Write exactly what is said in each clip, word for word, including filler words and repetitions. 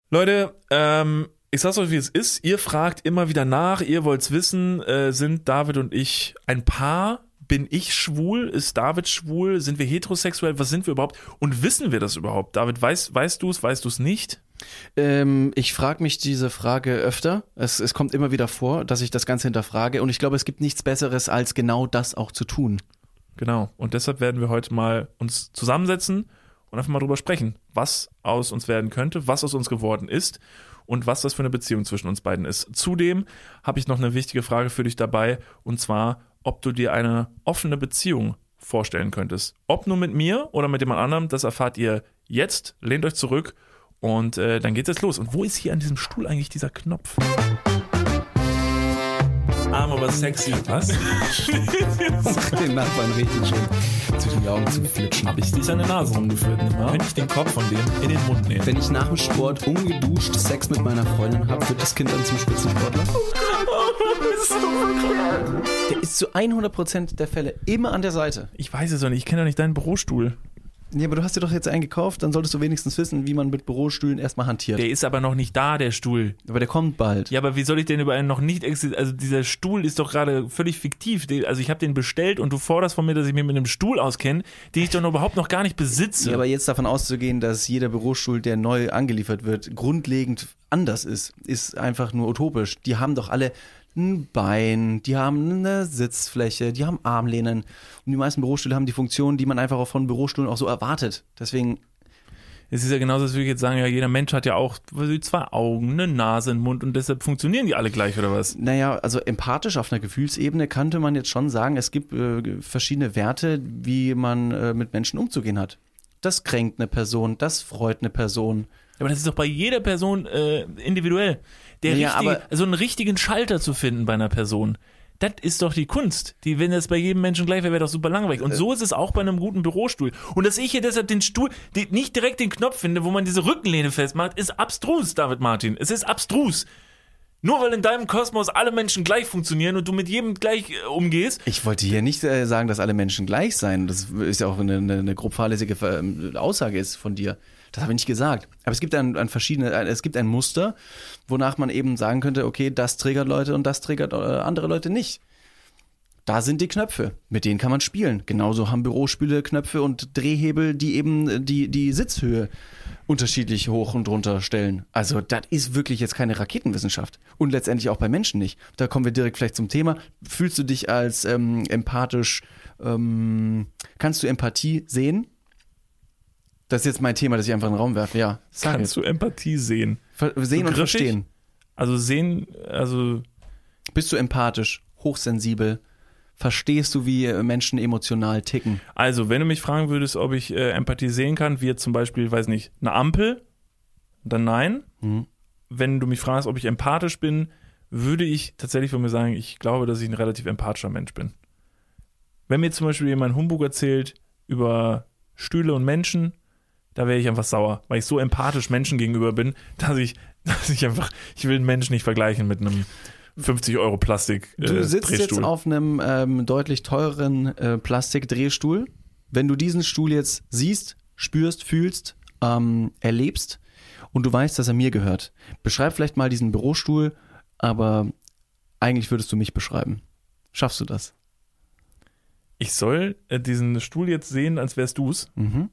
Leute, ähm, ich sag's euch, wie es ist. Ihr fragt immer wieder nach, ihr wollt's wissen, äh, sind David und ich ein Paar? Bin ich schwul? Ist David schwul? Sind wir heterosexuell? Was sind wir überhaupt? Und wissen wir das überhaupt? David, weißt, weißt du es? Weißt du es nicht? Ähm, ich frage mich diese Frage öfter. Es, es kommt immer wieder vor, dass ich das Ganze hinterfrage. Und ich glaube, es gibt nichts Besseres, als genau das auch zu tun. Genau. Und deshalb werden wir heute mal uns zusammensetzen und einfach mal drüber sprechen, was aus uns werden könnte, was aus uns geworden ist und was das für eine Beziehung zwischen uns beiden ist. Zudem habe ich noch eine wichtige Frage für dich dabei, und zwar, ob du dir eine offene Beziehung vorstellen könntest. Ob nur mit mir oder mit jemand anderem, das erfahrt ihr jetzt. Lehnt euch zurück und äh, dann geht es los. Und wo ist hier an diesem Stuhl eigentlich dieser Knopf? Arm, aber sexy. Was? Den Nachbarn richtig schön zwischen die Augen zu flitschen. Hab ich dich an der Nase rumgeführt, nicht wahr? Wenn ich den Kopf von dem in den Mund nehme. Wenn ich nach dem Sport ungeduscht Sex mit meiner Freundin habe, wird das Kind dann zum Spitzensportler? Der ist zu hundert Prozent der Fälle immer an der Seite. Ich weiß es doch nicht, ich kenne doch nicht deinen Bürostuhl. Ja, aber du hast dir doch jetzt einen gekauft, dann solltest du wenigstens wissen, wie man mit Bürostühlen erstmal hantiert. Der ist aber noch nicht da, der Stuhl. Aber der kommt bald. Ja, aber wie soll ich denn über einen noch nicht exi- also dieser Stuhl ist doch gerade völlig fiktiv. Also ich habe den bestellt und du forderst von mir, dass ich mich mit einem Stuhl auskenne, den ich doch noch überhaupt noch gar nicht besitze. Ja, aber jetzt davon auszugehen, dass jeder Bürostuhl, der neu angeliefert wird, grundlegend anders ist, ist einfach nur utopisch. Die haben doch alle ein Bein, die haben eine Sitzfläche, die haben Armlehnen. Und die meisten Bürostühle haben die Funktion, die man einfach auch von Bürostühlen auch so erwartet. Deswegen. Es ist ja genauso, als würde ich jetzt sagen, ja, jeder Mensch hat ja auch zwei Augen, eine Nase, einen Mund und deshalb funktionieren die alle gleich, oder was? Naja, also empathisch auf einer Gefühlsebene könnte man jetzt schon sagen, es gibt äh, verschiedene Werte, wie man äh, mit Menschen umzugehen hat. Das kränkt eine Person, das freut eine Person. Aber das ist doch bei jeder Person äh, individuell. Der ja, richtige, aber so einen richtigen Schalter zu finden bei einer Person, das ist doch die Kunst. Die, wenn das bei jedem Menschen gleich wäre, wäre doch super langweilig. Und so ist es auch bei einem guten Bürostuhl. Und dass ich hier deshalb den Stuhl, die, nicht direkt den Knopf finde, wo man diese Rückenlehne festmacht, ist abstrus, David Martin. Es ist abstrus. Nur weil in deinem Kosmos alle Menschen gleich funktionieren und du mit jedem gleich äh, umgehst. Ich wollte hier nicht äh, sagen, dass alle Menschen gleich seien. Das ist ja auch eine, eine, eine grob fahrlässige äh, Aussage ist von dir. Das habe ich nicht gesagt. Aber es gibt ein, ein verschiedene, ein, es gibt ein Muster, wonach man eben sagen könnte, okay, das triggert Leute und das triggert äh, andere Leute nicht. Da sind die Knöpfe, mit denen kann man spielen. Genauso haben Bürostühle Knöpfe und Drehhebel, die eben die, die Sitzhöhe unterschiedlich hoch und runter stellen. Also das ist wirklich jetzt keine Raketenwissenschaft. Und letztendlich auch bei Menschen nicht. Da kommen wir direkt vielleicht zum Thema. Fühlst du dich als ähm, empathisch, ähm, kannst du Empathie sehen? Das ist jetzt mein Thema, das ich einfach in den Raum werfe. Ja, sag Kannst jetzt. Du Empathie sehen? Ver- sehen so und verstehen. Also sehen, also... Bist du empathisch, hochsensibel? Verstehst du, wie Menschen emotional ticken? Also, wenn du mich fragen würdest, ob ich äh, Empathie sehen kann, wie jetzt zum Beispiel, weiß nicht, eine Ampel, dann nein. Mhm. Wenn du mich fragst, ob ich empathisch bin, würde ich tatsächlich von mir sagen, ich glaube, dass ich ein relativ empathischer Mensch bin. Wenn mir zum Beispiel jemand Humbug erzählt über Stühle und Menschen, da wäre ich einfach sauer, weil ich so empathisch Menschen gegenüber bin, dass ich, dass ich einfach, ich will einen Menschen nicht vergleichen mit einem fünfzig Euro Plastik äh, Du sitzt Drehstuhl. Jetzt auf einem ähm, deutlich teureren äh, Plastik-Drehstuhl. Wenn du diesen Stuhl jetzt siehst, spürst, fühlst, ähm, erlebst und du weißt, dass er mir gehört, beschreib vielleicht mal diesen Bürostuhl, aber eigentlich würdest du mich beschreiben. Schaffst du das? Ich soll äh, diesen Stuhl jetzt sehen, als wärst du's. Mhm.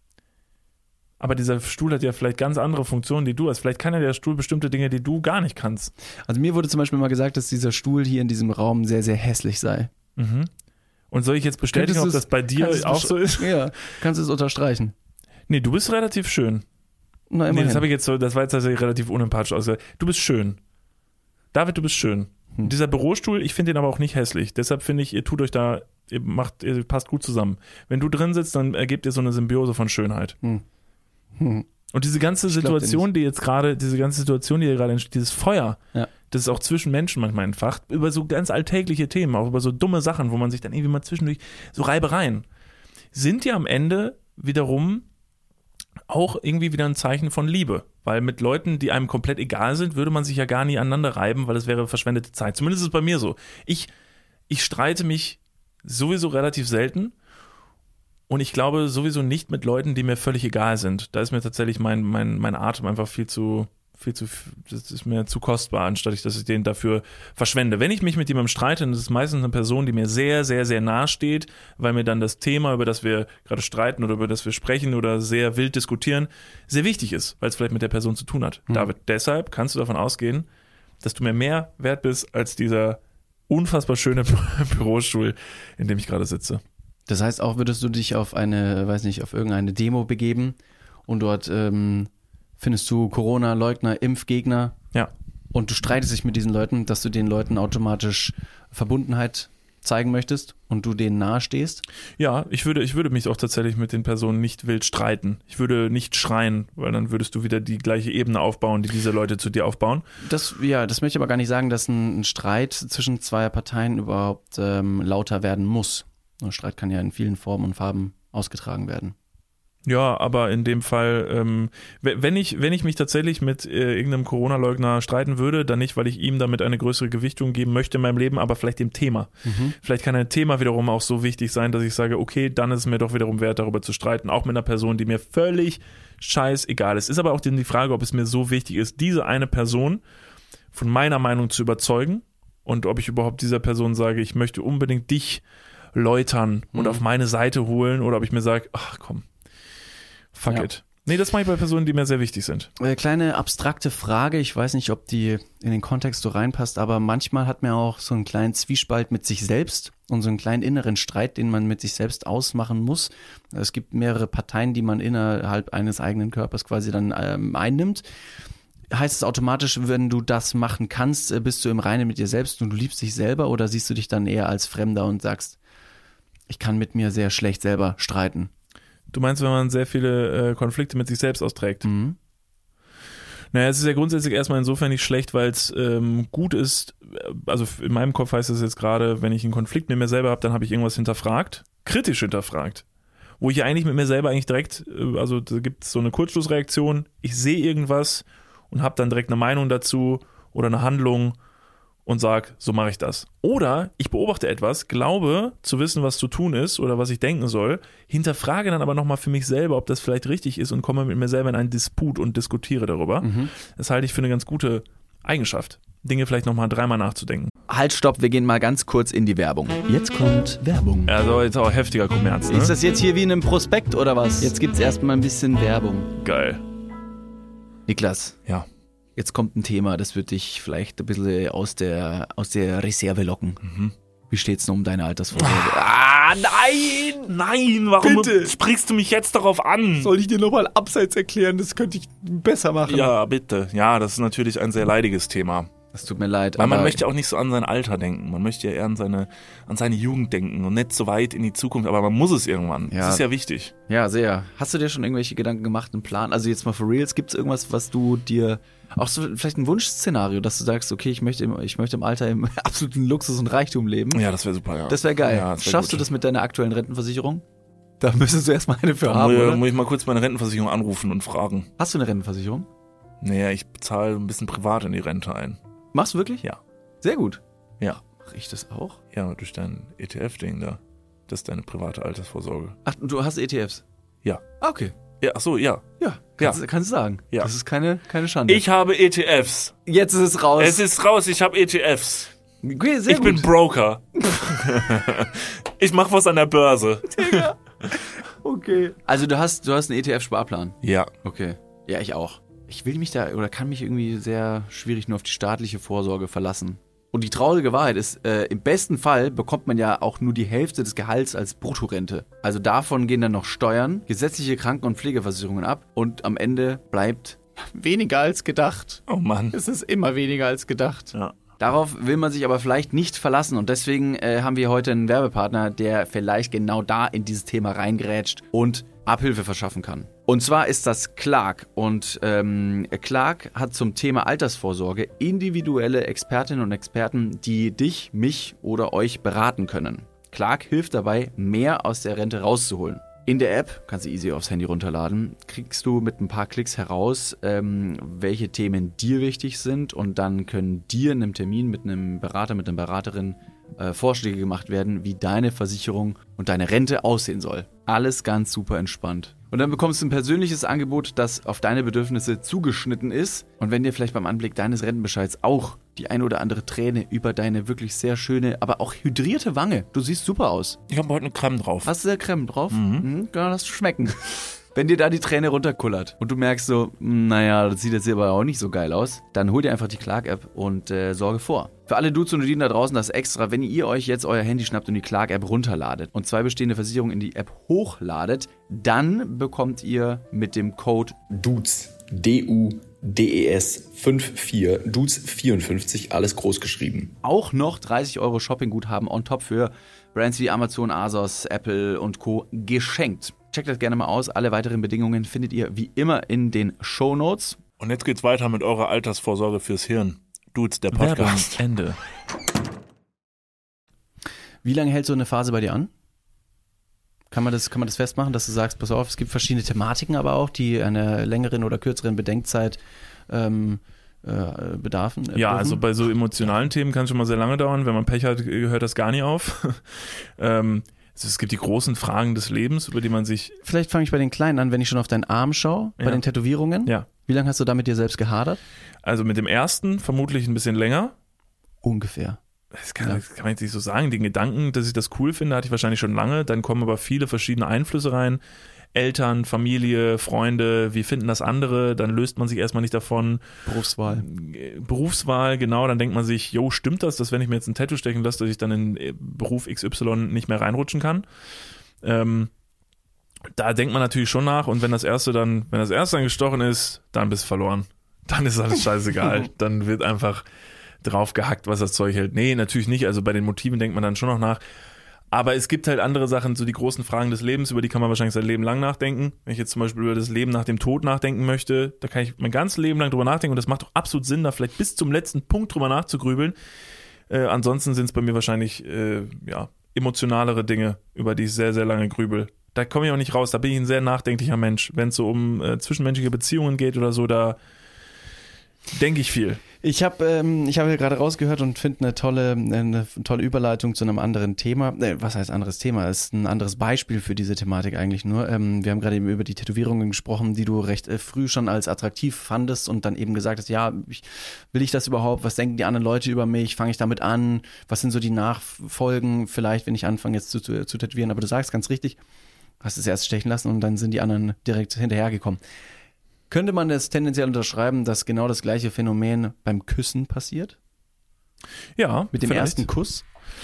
Aber dieser Stuhl hat ja vielleicht ganz andere Funktionen, die du hast. Vielleicht kann ja der Stuhl bestimmte Dinge, die du gar nicht kannst. Also mir wurde zum Beispiel mal gesagt, dass dieser Stuhl hier in diesem Raum sehr, sehr hässlich sei. Mhm. Und soll ich jetzt bestätigen, ob das bei dir auch so ist? Ja, kannst du es unterstreichen. Nee, du bist relativ schön. Na, nee, das habe ich jetzt so, das war jetzt tatsächlich relativ unempathisch ausgesagt. Du bist schön. David, du bist schön. Hm. Dieser Bürostuhl, ich finde den aber auch nicht hässlich. Deshalb finde ich, ihr tut euch da, ihr macht, ihr passt gut zusammen. Wenn du drin sitzt, dann ergebt ihr so eine Symbiose von Schönheit. Hm. Hm. Und diese ganze Situation, die jetzt gerade, diese ganze Situation, die hier gerade entsteht, dieses Feuer, ja. das ist auch zwischen Menschen manchmal entfacht, über so ganz alltägliche Themen, auch über so dumme Sachen, wo man sich dann irgendwie mal zwischendurch, so Reibereien, sind ja am Ende wiederum auch irgendwie wieder ein Zeichen von Liebe. Weil mit Leuten, die einem komplett egal sind, würde man sich ja gar nie aneinander reiben, weil es wäre verschwendete Zeit. Zumindest ist es bei mir so. Ich, ich streite mich sowieso relativ selten. Und ich glaube sowieso nicht mit Leuten, die mir völlig egal sind. Da ist mir tatsächlich mein, mein, mein Atem einfach viel zu, viel zu, das ist mir zu kostbar, anstatt dass ich den dafür verschwende. Wenn ich mich mit jemandem streite, dann ist es meistens eine Person, die mir sehr, sehr, sehr nahe steht, weil mir dann das Thema, über das wir gerade streiten oder über das wir sprechen oder sehr wild diskutieren, sehr wichtig ist, weil es vielleicht mit der Person zu tun hat. Mhm. David, deshalb kannst du davon ausgehen, dass du mir mehr wert bist als dieser unfassbar schöne Bürostuhl, in dem ich gerade sitze. Das heißt auch, würdest du dich auf eine, weiß nicht, auf irgendeine Demo begeben und dort ähm, findest du Corona-Leugner, Impfgegner, ja, und du streitest dich mit diesen Leuten, dass du den Leuten automatisch Verbundenheit zeigen möchtest und du denen nahestehst? Ja, ich würde, ich würde mich auch tatsächlich mit den Personen nicht wild streiten. Ich würde nicht schreien, weil dann würdest du wieder die gleiche Ebene aufbauen, die diese Leute zu dir aufbauen. Das, ja, das möchte ich aber gar nicht sagen, dass ein, ein Streit zwischen zwei Parteien überhaupt ähm, lauter werden muss. Ein Streit kann ja in vielen Formen und Farben ausgetragen werden. Ja, aber in dem Fall, ähm, wenn ich, wenn ich mich tatsächlich mit äh, irgendeinem Corona-Leugner streiten würde, dann nicht, weil ich ihm damit eine größere Gewichtung geben möchte in meinem Leben, aber vielleicht dem Thema. Mhm. Vielleicht kann ein Thema wiederum auch so wichtig sein, dass ich sage, okay, dann ist es mir doch wiederum wert, darüber zu streiten, auch mit einer Person, die mir völlig scheißegal ist. Ist aber auch die Frage, ob es mir so wichtig ist, diese eine Person von meiner Meinung zu überzeugen und ob ich überhaupt dieser Person sage, ich möchte unbedingt dich läutern und mhm. auf meine Seite holen, oder ob ich mir sage, ach komm, fuck ja. it. Nee, das mache ich bei Personen, die mir sehr wichtig sind. Äh, kleine abstrakte Frage, ich weiß nicht, ob die in den Kontext so reinpasst, aber manchmal hat man auch so einen kleinen Zwiespalt mit sich selbst und so einen kleinen inneren Streit, den man mit sich selbst ausmachen muss. Es gibt mehrere Parteien, die man innerhalb eines eigenen Körpers quasi dann ähm, einnimmt. Heißt es automatisch, wenn du das machen kannst, bist du im Reinen mit dir selbst und du liebst dich selber, oder siehst du dich dann eher als Fremder und sagst, ich kann mit mir sehr schlecht selber streiten? Du meinst, wenn man sehr viele äh, Konflikte mit sich selbst austrägt? Mhm. Naja, es ist ja grundsätzlich erstmal insofern nicht schlecht, weil es ähm, gut ist, also in meinem Kopf heißt es jetzt gerade, wenn ich einen Konflikt mit mir selber habe, dann habe ich irgendwas hinterfragt, kritisch hinterfragt, wo ich eigentlich mit mir selber eigentlich direkt, äh, also da gibt es so eine Kurzschlussreaktion, ich sehe irgendwas und habe dann direkt eine Meinung dazu oder eine Handlung und sage, so mache ich das. Oder ich beobachte etwas, glaube zu wissen, was zu tun ist oder was ich denken soll, hinterfrage dann aber nochmal für mich selber, ob das vielleicht richtig ist und komme mit mir selber in einen Disput und diskutiere darüber. Mhm. Das halte ich für eine ganz gute Eigenschaft, Dinge vielleicht nochmal dreimal nachzudenken. Halt, stopp, wir gehen mal ganz kurz in die Werbung. Jetzt kommt Werbung. Also jetzt auch heftiger Kommerz, ne? Ist das jetzt hier wie in einem Prospekt oder was? Jetzt gibt's erstmal ein bisschen Werbung. Geil. Niklas. Ja. Jetzt kommt ein Thema, das wird dich vielleicht ein bisschen aus der, aus der Reserve locken. Mhm. Wie steht's denn um deine Altersvorsorge? Ah, nein! Nein, warum bitte? Sprichst du mich jetzt darauf an? Soll ich dir nochmal abseits erklären? Das könnte ich besser machen. Ja, bitte. Ja, das ist natürlich ein sehr leidiges Thema. Das tut mir leid. Weil man möchte auch nicht so an sein Alter denken. Man möchte ja eher an seine, an seine Jugend denken und nicht so weit in die Zukunft. Aber man muss es irgendwann. Ja. Das ist ja wichtig. Ja, sehr. Hast du dir schon irgendwelche Gedanken gemacht, einen Plan? Also jetzt mal for reals, gibt es irgendwas, was du dir, auch so vielleicht ein Wunschszenario, dass du sagst, okay, ich möchte im, ich möchte im Alter im absoluten Luxus und Reichtum leben? Ja, das wäre super, ja. Das wäre geil. Ja, das wär Schaffst gut. Du das mit deiner aktuellen Rentenversicherung? Da müsstest du erstmal eine für haben, muss, oder? Muss ich mal kurz meine Rentenversicherung anrufen und fragen. Hast du eine Rentenversicherung? Naja, ich bezahle ein bisschen privat in die Rente ein. Machst du wirklich? Ja. Sehr gut. Ja. Mache ich das auch? Ja, durch dein E T F-Ding da. Das ist deine private Altersvorsorge. Ach, du hast E T Fs? Ja. Okay. Ja, ach so, ja. Ja, kannst, ja. kannst du sagen. Ja. Das ist keine, keine Schande. Ich habe E T Fs. Jetzt ist es raus. Es ist raus, ich habe E T Fs. Okay, sehr ich gut. bin Broker. Ich mache was an der Börse. Digga. Okay. Also du hast, du hast einen E T F-Sparplan? Ja. Okay. Ja, ich auch. Ich will mich da, oder kann mich irgendwie sehr schwierig nur auf die staatliche Vorsorge verlassen. Und die traurige Wahrheit ist, äh, im besten Fall bekommt man ja auch nur die Hälfte des Gehalts als Bruttorente. Also davon gehen dann noch Steuern, gesetzliche Kranken- und Pflegeversicherungen ab und am Ende bleibt weniger als gedacht. Oh Mann. Es ist immer weniger als gedacht. Ja. Darauf will man sich aber vielleicht nicht verlassen und deswegen äh, haben wir heute einen Werbepartner, der vielleicht genau da in dieses Thema reingrätscht und Abhilfe verschaffen kann. Und zwar ist das Clark und ähm, Clark hat zum Thema Altersvorsorge individuelle Expertinnen und Experten, die dich, mich oder euch beraten können. Clark hilft dabei, mehr aus der Rente rauszuholen. In der App, kannst du easy aufs Handy runterladen, kriegst du mit ein paar Klicks heraus, ähm, welche Themen dir wichtig sind und dann können dir in einem Termin mit einem Berater, mit einer Beraterin äh, Vorschläge gemacht werden, wie deine Versicherung und deine Rente aussehen soll. Alles ganz super entspannt. Und dann bekommst du ein persönliches Angebot, das auf deine Bedürfnisse zugeschnitten ist. Und wenn dir vielleicht beim Anblick deines Rentenbescheids auch die ein oder andere Träne über deine wirklich sehr schöne, aber auch hydrierte Wange, du siehst super aus. Ich habe heute eine Creme drauf. Hast du da Creme drauf? Mhm. Mhm, genau, das schmecken. Wenn dir da die Träne runterkullert und du merkst so, naja, das sieht jetzt hier aber auch nicht so geil aus, dann hol dir einfach die Clark-App und äh, sorge vor. Für alle Dudes und Dudinen da draußen das extra, wenn ihr euch jetzt euer Handy schnappt und die Clark-App runterladet und zwei bestehende Versicherungen in die App hochladet, dann bekommt ihr mit dem Code DUDES, D U D E S vierundfünfzig, DUDES vierundfünfzig, alles groß geschrieben. auch noch dreißig Euro Shoppingguthaben on top für Brands wie Amazon, Asos, Apple und Co. geschenkt. Checkt das gerne mal aus. Alle weiteren Bedingungen findet ihr wie immer in den Shownotes. Und jetzt geht's weiter mit eurer Altersvorsorge fürs Hirn. Dudes, der Podcast. Ende. Wie lange hält so eine Phase bei dir an? Kann man das, kann man das festmachen, dass du sagst, pass auf, es gibt verschiedene Thematiken aber auch, die einer längeren oder kürzeren Bedenkzeit ähm, äh, bedarfen? Äh, Ja, dürfen? also bei so emotionalen Themen kann es schon mal sehr lange dauern. Wenn man Pech hat, hört das gar nicht auf. ähm, also es gibt die großen Fragen des Lebens, über die man sich... Vielleicht fange ich bei den Kleinen an, wenn ich schon auf deinen Arm schaue, bei Ja. den Tätowierungen. Ja. Wie lange hast du da mit dir selbst gehadert? Also mit dem ersten vermutlich ein bisschen länger. Ungefähr. Das kann, Ja. das kann man jetzt nicht so sagen. Den Gedanken, dass ich das cool finde, hatte ich wahrscheinlich schon lange. Dann kommen aber viele verschiedene Einflüsse rein. Eltern, Familie, Freunde, wie finden das andere? Dann löst man sich erstmal nicht davon. Berufswahl. Äh, Berufswahl, genau. Dann denkt man sich, jo, stimmt das, dass wenn ich mir jetzt ein Tattoo stechen lasse, dass ich dann in äh, Beruf X Y nicht mehr reinrutschen kann? Ähm, da denkt man natürlich schon nach. Und wenn das erste dann, wenn das erste dann gestochen ist, dann bist du verloren. Dann ist alles scheißegal. Dann wird einfach drauf gehackt, was das Zeug hält. Nee, natürlich nicht. Also bei den Motiven denkt man dann schon noch nach. Aber es gibt halt andere Sachen, so die großen Fragen des Lebens, über die kann man wahrscheinlich sein Leben lang nachdenken. Wenn ich jetzt zum Beispiel über das Leben nach dem Tod nachdenken möchte, da kann ich mein ganzes Leben lang drüber nachdenken und das macht doch absolut Sinn, da vielleicht bis zum letzten Punkt drüber nachzugrübeln. Äh, ansonsten sind es bei mir wahrscheinlich äh, ja, emotionalere Dinge, über die ich sehr, sehr lange grübel. Da komme ich auch nicht raus, da bin ich ein sehr nachdenklicher Mensch. Wenn es so um äh, zwischenmenschliche Beziehungen geht oder so, da denke ich viel. Ich habe ähm, ich hab hier gerade rausgehört und finde eine tolle, eine tolle Überleitung zu einem anderen Thema. Äh, was heißt anderes Thema? Es ist ein anderes Beispiel für diese Thematik eigentlich nur. Ähm, wir haben gerade eben über die Tätowierungen gesprochen, die du recht äh, früh schon als attraktiv fandest und dann eben gesagt hast, ja, ich, will ich das überhaupt? Was denken die anderen Leute über mich? Fange ich damit an? Was sind so die Nachfolgen vielleicht, wenn ich anfange jetzt zu, zu, zu tätowieren? Aber du sagst ganz richtig, hast es erst stechen lassen und dann sind die anderen direkt hinterhergekommen. Könnte man das tendenziell unterschreiben, dass genau das gleiche Phänomen beim Küssen passiert? Ja, Mit dem vielleicht. ersten Kuss?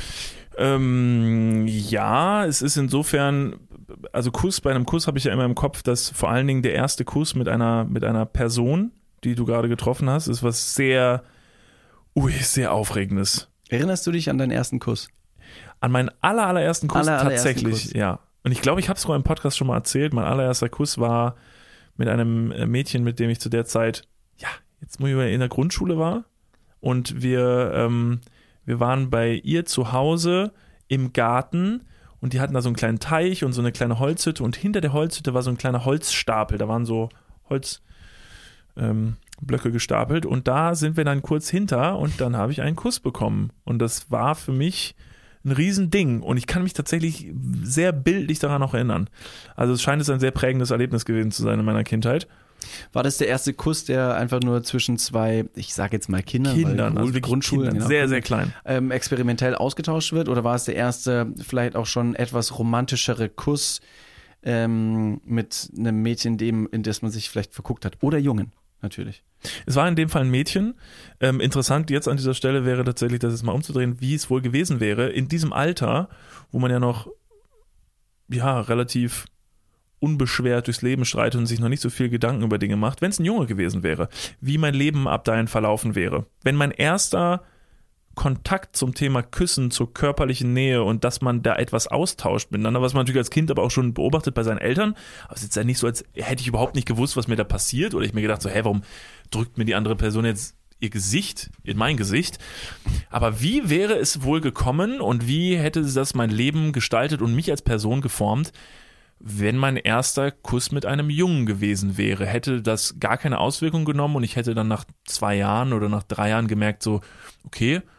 Ähm, ja, es ist insofern, also Kuss, bei einem Kuss habe ich ja immer im Kopf, dass vor allen Dingen der erste Kuss mit einer, mit einer Person, die du gerade getroffen hast, ist was sehr, ui, sehr Aufregendes. Erinnerst du dich an deinen ersten Kuss? An meinen aller, allerersten Kuss Aller, allerersten tatsächlich, Kuss. ja. Und ich glaube, ich habe es sogar im Podcast schon mal erzählt, mein allererster Kuss war mit einem Mädchen, mit dem ich zu der Zeit, ja, jetzt muss ich mal in der Grundschule war. Und wir, ähm, wir waren bei ihr zu Hause im Garten und die hatten da so einen kleinen Teich und so eine kleine Holzhütte und hinter der Holzhütte war so ein kleiner Holzstapel, da waren so Holzblöcke ähm, Blöcke gestapelt und da sind wir dann kurz hinter und dann habe ich einen Kuss bekommen und das war für mich ein Riesending und ich kann mich tatsächlich sehr bildlich daran noch erinnern. Also es scheint es ein sehr prägendes Erlebnis gewesen zu sein in meiner Kindheit. War das der erste Kuss, der einfach nur zwischen zwei, ich sage jetzt mal Kindern, Kindern, weil also wirklich Grundschulen, Kindern, genau, sehr, sehr klein. ähm, experimentell ausgetauscht wird? Oder war es der erste, vielleicht auch schon etwas romantischere Kuss ähm, mit einem Mädchen, dem, in das man sich vielleicht verguckt hat? Oder Jungen, natürlich. Es war in dem Fall ein Mädchen. Ähm, interessant jetzt an dieser Stelle wäre tatsächlich, das jetzt mal umzudrehen, wie es wohl gewesen wäre, in diesem Alter, wo man ja noch ja relativ unbeschwert durchs Leben streitet und sich noch nicht so viel Gedanken über Dinge macht, wenn es ein Junge gewesen wäre, wie mein Leben ab dahin verlaufen wäre. Wenn mein erster Kontakt zum Thema Küssen, zur körperlichen Nähe und dass man da etwas austauscht miteinander, was man natürlich als Kind aber auch schon beobachtet bei seinen Eltern, aber es ist jetzt ja nicht so, als hätte ich überhaupt nicht gewusst, was mir da passiert oder ich mir gedacht so, hä, warum drückt mir die andere Person jetzt ihr Gesicht in mein Gesicht? Aber wie wäre es wohl gekommen und wie hätte das mein Leben gestaltet und mich als Person geformt, wenn mein erster Kuss mit einem Jungen gewesen wäre? Hätte das gar keine Auswirkung genommen und ich hätte dann nach zwei Jahren oder nach drei Jahren gemerkt so, okay,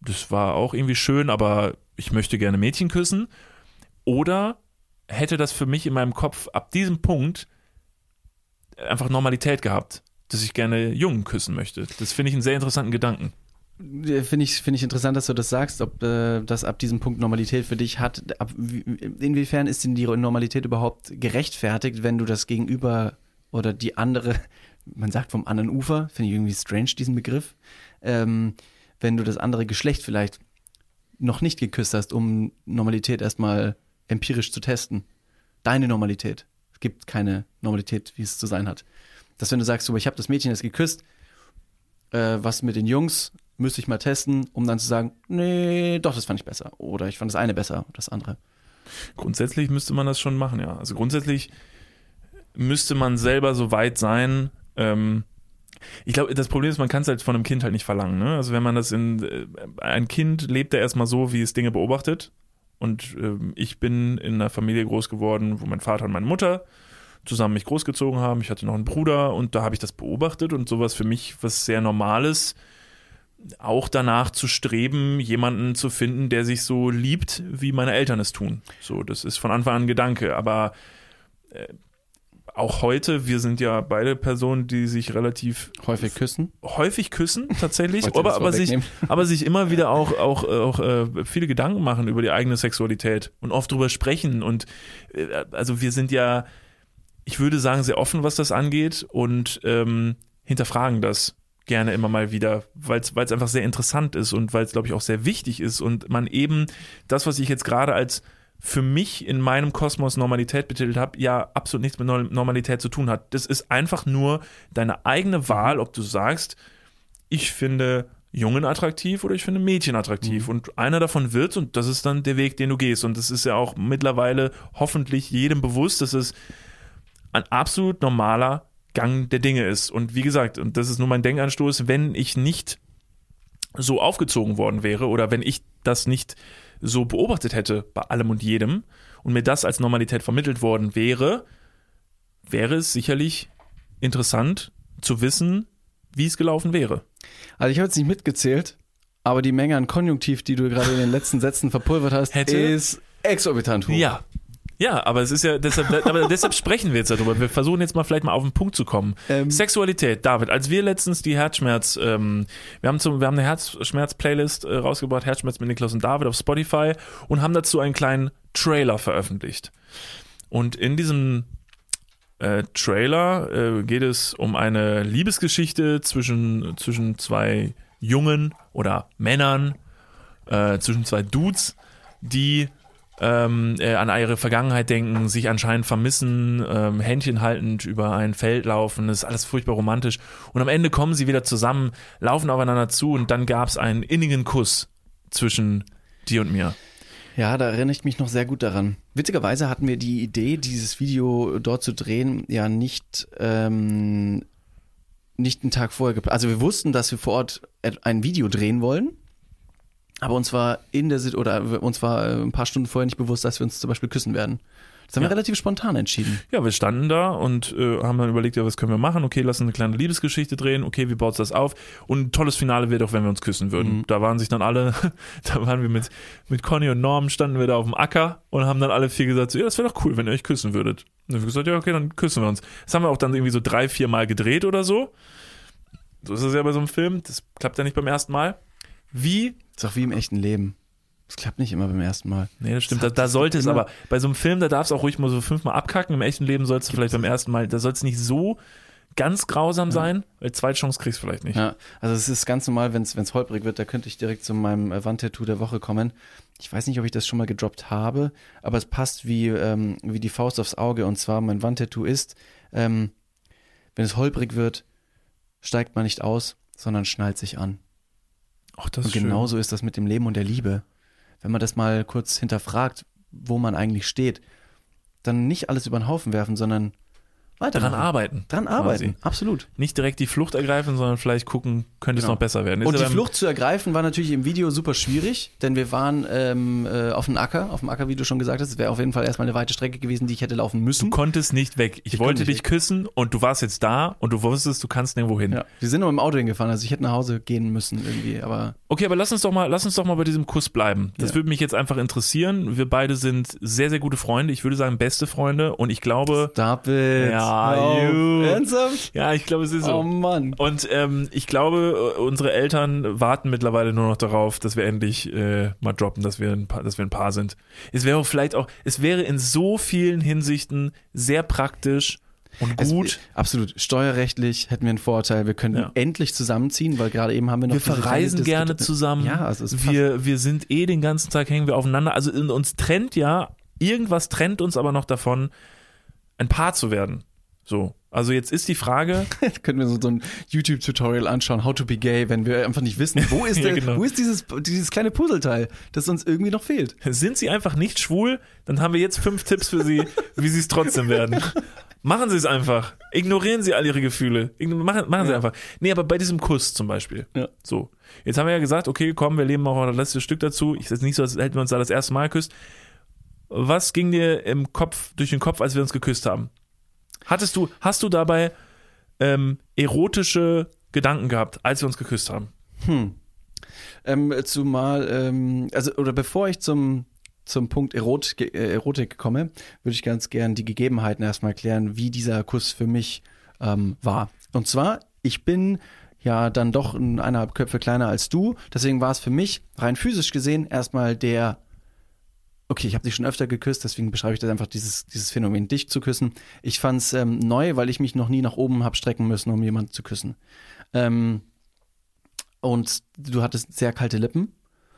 das war auch irgendwie schön, aber ich möchte gerne Mädchen küssen. Oder hätte das für mich in meinem Kopf ab diesem Punkt einfach Normalität gehabt, dass ich gerne Jungen küssen möchte. Das finde ich einen sehr interessanten Gedanken. Finde ich, finde ich interessant, dass du das sagst, ob äh, das ab diesem Punkt Normalität für dich hat. Ab, wie, inwiefern ist denn die Normalität überhaupt gerechtfertigt, wenn du das Gegenüber oder die andere, man sagt vom anderen Ufer, finde ich irgendwie strange, diesen Begriff, ähm, wenn du das andere Geschlecht vielleicht noch nicht geküsst hast, um Normalität erstmal empirisch zu testen. Deine Normalität. Es gibt keine Normalität, wie es zu sein hat. Dass wenn du sagst, so, ich habe das Mädchen jetzt geküsst, äh, was mit den Jungs, müsste ich mal testen, um dann zu sagen, nee, doch, das fand ich besser. Oder ich fand das eine besser, das andere. Grundsätzlich müsste man das schon machen, ja. Also grundsätzlich müsste man selber so weit sein. Ähm, ich glaube, das Problem ist, man kann es halt von einem Kind halt nicht verlangen. Ne? Also wenn man das in, äh, ein Kind lebt ja erstmal so, wie es Dinge beobachtet. Und äh, ich bin in einer Familie groß geworden, wo mein Vater und meine Mutter zusammen mich großgezogen haben. Ich hatte noch einen Bruder und da habe ich das beobachtet und sowas für mich was sehr Normales, auch danach zu streben, jemanden zu finden, der sich so liebt, wie meine Eltern es tun. So, das ist von Anfang an ein Gedanke. Aber äh, auch heute, wir sind ja beide Personen, die sich relativ häufig küssen. Häufig küssen, tatsächlich, aber, aber, sich, aber sich immer wieder auch, auch, auch äh, viele Gedanken machen über die eigene Sexualität und oft drüber sprechen. Und äh, also wir sind ja, ich würde sagen, sehr offen, was das angeht und ähm, hinterfragen das gerne immer mal wieder, weil es einfach sehr interessant ist und weil es, glaube ich, auch sehr wichtig ist und man eben das, was ich jetzt gerade als für mich in meinem Kosmos Normalität betitelt habe, ja absolut nichts mit Normalität zu tun hat. Das ist einfach nur deine eigene Wahl, ob du sagst, ich finde Jungen attraktiv oder ich finde Mädchen attraktiv. Mhm. Und einer davon wird und das ist dann der Weg, den du gehst. Und das ist ja auch mittlerweile hoffentlich jedem bewusst, dass es ein absolut normaler Gang der Dinge ist. Und wie gesagt, und das ist nur mein Denkanstoß, wenn ich nicht so aufgezogen worden wäre oder wenn ich das nicht so beobachtet hätte bei allem und jedem und mir das als Normalität vermittelt worden wäre, wäre es sicherlich interessant zu wissen, wie es gelaufen wäre. Also ich habe jetzt nicht mitgezählt, aber die Menge an Konjunktiv, die du gerade in den letzten Sätzen verpulvert hast, hätte, ist exorbitant hoch. Ja. Ja, aber es ist ja, deshalb, aber deshalb sprechen wir jetzt darüber. Wir versuchen jetzt mal vielleicht mal auf den Punkt zu kommen. Ähm, Sexualität, David, als wir letztens die Herzschmerz, ähm, wir haben zum, wir haben eine Herzschmerz-Playlist äh, rausgebracht, Herzschmerz mit Niklas und David auf Spotify und haben dazu einen kleinen Trailer veröffentlicht. Und in diesem äh, Trailer äh, geht es um eine Liebesgeschichte zwischen, zwischen zwei Jungen oder Männern, äh, zwischen zwei Dudes, die Ähm, äh, an ihre Vergangenheit denken, sich anscheinend vermissen, ähm, Händchen haltend über ein Feld laufen, das ist alles furchtbar romantisch und am Ende kommen sie wieder zusammen, laufen aufeinander zu und dann gab es einen innigen Kuss zwischen dir und mir. Ja, da erinnere ich mich noch sehr gut daran. Witzigerweise hatten wir die Idee, dieses Video dort zu drehen, ja nicht, ähm, nicht einen Tag vorher geplant. Also wir wussten, dass wir vor Ort ein Video drehen wollen. Aber uns war in der Sit- oder uns war ein paar Stunden vorher nicht bewusst, dass wir uns zum Beispiel küssen werden. Das haben ja. wir relativ spontan entschieden. Ja, wir standen da und äh, haben dann überlegt, ja, was können wir machen? Okay, lass uns eine kleine Liebesgeschichte drehen. Okay, wie baut das auf? Und ein tolles Finale wäre doch, wenn wir uns küssen würden. Mhm. Da waren sich dann alle, da waren wir mit, mit Conny und Norm, standen wir da auf dem Acker und haben dann alle vier gesagt, so, ja, das wäre doch cool, wenn ihr euch küssen würdet. Und dann haben wir gesagt, ja, okay, dann küssen wir uns. Das haben wir auch dann irgendwie so drei, vier Mal gedreht oder so. So ist es ja bei so einem Film. Das klappt ja nicht beim ersten Mal. Wie? Das ist auch wie im echten Leben. Das klappt nicht immer beim ersten Mal. Nee, das stimmt. Das da, da sollte es aber, bei so einem Film, da darf es auch ruhig mal so fünfmal abkacken. Im echten Leben sollst du vielleicht beim ersten Mal, da soll es nicht so ganz grausam ja. sein, weil zweite Chance kriegst du vielleicht nicht. Ja, also es ist ganz normal, wenn es holprig wird, da könnte ich direkt zu meinem Wandtattoo der Woche kommen. Ich weiß nicht, ob ich das schon mal gedroppt habe, aber es passt wie, ähm, wie die Faust aufs Auge. Und zwar, mein Wandtattoo ist, ähm, wenn es holprig wird, steigt man nicht aus, sondern schnallt sich an. Ach, das und ist genauso schön. ist das mit dem Leben und der Liebe. Wenn man das mal kurz hinterfragt, wo man eigentlich steht, dann nicht alles über den Haufen werfen, sondern weitermachen. Dran arbeiten. Dran arbeiten, quasi. absolut. Nicht direkt die Flucht ergreifen, sondern vielleicht gucken, könnte Genau. es noch besser werden. Ist Und ja die beim- Flucht zu ergreifen war natürlich im Video super schwierig, denn wir waren ähm, äh, auf dem Acker, auf dem Acker, wie du schon gesagt hast. Es wäre auf jeden Fall erstmal eine weite Strecke gewesen, die ich hätte laufen müssen. Du konntest nicht weg. Ich, Ich wollte konnte dich nicht küssen und du warst jetzt da und du wusstest, du kannst nirgendwo hin. Ja. Wir sind nur im Auto hingefahren, also ich hätte nach Hause gehen müssen irgendwie, aber Okay, aber lass uns doch mal, lass uns doch mal bei diesem Kuss bleiben. Das Ja. würde mich jetzt einfach interessieren. Wir beide sind sehr, sehr gute Freunde. Ich würde sagen, beste Freunde. Und ich glaube, Stop it. Ja, Hör auf. you. Ernsthaft? ja, ich glaube, es ist Oh so. Mann. Und ähm, ich glaube, unsere Eltern warten mittlerweile nur noch darauf, dass wir endlich äh, mal droppen, dass wir, ein paar, dass wir ein Paar sind. Es wäre auch vielleicht auch, es wäre in so vielen Hinsichten sehr praktisch und gut. Es, absolut. Steuerrechtlich hätten wir einen Vorteil. Wir könnten Ja. endlich zusammenziehen, weil gerade eben haben wir noch Wir diese verreisen kleine gerne Disku- zusammen. Ja, also es wir, wir sind eh den ganzen Tag, hängen wir aufeinander. Also in uns trennt ja, irgendwas trennt uns aber noch davon, ein Paar zu werden. So. Also jetzt ist die Frage, können wir so, so ein YouTube-Tutorial anschauen, how to be gay, wenn wir einfach nicht wissen, wo ist, Ja, der, genau. wo ist dieses, dieses kleine Puzzleteil, das uns irgendwie noch fehlt. sind sie einfach nicht schwul? Dann haben wir jetzt fünf Tipps für sie, wie sie es trotzdem werden. Machen sie es einfach. Ignorieren sie all ihre Gefühle. Ign- Machen, machen sie Ja. einfach. Nee, aber bei diesem Kuss zum Beispiel. Ja. So. Jetzt haben wir ja gesagt, okay, komm, wir leben auch noch das letzte Stück dazu. Ich ist nicht so, als hätten wir uns da das erste Mal geküsst. Was ging dir im Kopf, durch den Kopf, als wir uns geküsst haben? Hattest du, hast du dabei ähm, erotische Gedanken gehabt, als wir uns geküsst haben? Hm. Ähm, zumal, ähm, also, oder bevor ich zum, zum Punkt Erot, äh, Erotik komme, würde ich ganz gern die Gegebenheiten erstmal klären, wie dieser Kuss für mich ähm, war. Und zwar, ich bin ja dann doch eineinhalb Köpfe kleiner als du, deswegen war es für mich rein physisch gesehen erstmal der Okay, ich habe dich schon öfter geküsst, deswegen beschreibe ich das einfach, dieses, dieses Phänomen, dich zu küssen. Ich fand es ähm, neu, weil ich mich noch nie nach oben habe strecken müssen, um jemanden zu küssen. Ähm, und du hattest sehr kalte Lippen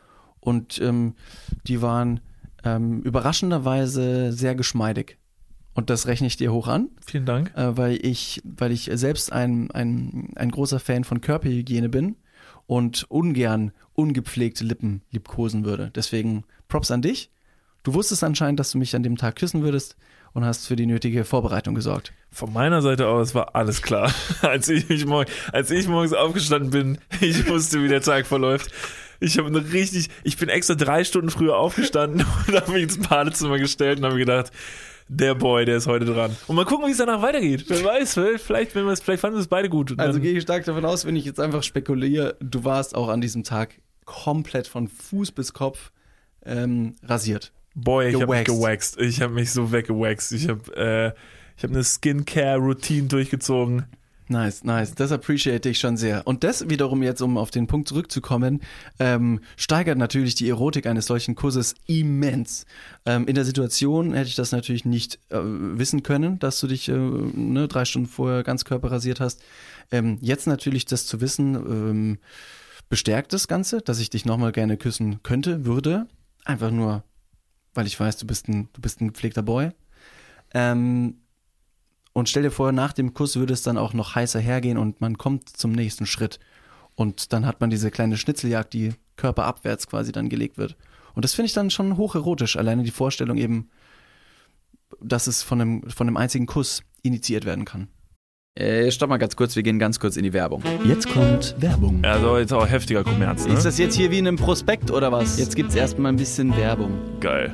und ähm, die waren ähm, überraschenderweise sehr geschmeidig. Und das rechne ich dir hoch an, Vielen Dank. äh, weil ich, weil ich selbst ein, ein, ein großer Fan von Körperhygiene bin und ungern ungepflegte Lippen liebkosen würde. Deswegen Props an dich. Du wusstest anscheinend, dass du mich an dem Tag küssen würdest und hast für die nötige Vorbereitung gesorgt. Von meiner Seite aus war alles klar. Als ich, mich morgen, als ich morgens aufgestanden bin, ich wusste, wie der Tag verläuft. Ich habe eine richtig, ich bin extra drei Stunden früher aufgestanden und habe mich ins Badezimmer gestellt und habe gedacht, der Boy, der ist heute dran. Und mal gucken, wie es danach weitergeht. Wer weiß, vielleicht, wenn wir es, vielleicht fanden wir es beide gut. Und Also dann- gehe ich stark davon aus, wenn ich jetzt einfach spekuliere, du warst auch an diesem Tag komplett von Fuß bis Kopf ähm, rasiert. Boy, ich habe mich gewaxt. gewaxt. Ich habe mich so weggewaxt. Ich habe äh, ich hab eine Skincare-Routine durchgezogen. Nice, nice. Das appreciate ich schon sehr. Und das wiederum jetzt, um auf den Punkt zurückzukommen, ähm, steigert natürlich die Erotik eines solchen Kusses immens. Ähm, in der Situation hätte ich das natürlich nicht äh, wissen können, dass du dich äh, ne, drei Stunden vorher ganz Körper rasiert hast. Ähm, jetzt natürlich das zu wissen, ähm, bestärkt das Ganze, dass ich dich nochmal gerne küssen könnte, würde. Einfach nur, weil ich weiß, du bist ein, du bist ein gepflegter Boy. Ähm, Und stell dir vor, nach dem Kuss würde es dann auch noch heißer hergehen und man kommt zum nächsten Schritt. Und dann hat man diese kleine Schnitzeljagd, die körperabwärts quasi dann gelegt wird. Und das finde ich dann schon hocherotisch. Alleine die Vorstellung eben, dass es von einem, von einem einzigen Kuss initiiert werden kann. Äh, stopp mal ganz kurz, wir gehen ganz kurz in die Werbung. Jetzt kommt Werbung. Also jetzt auch heftiger Kommerz, ne? Ist das jetzt hier wie in einem Prospekt oder was? Jetzt gibt's erstmal ein bisschen Werbung. Geil.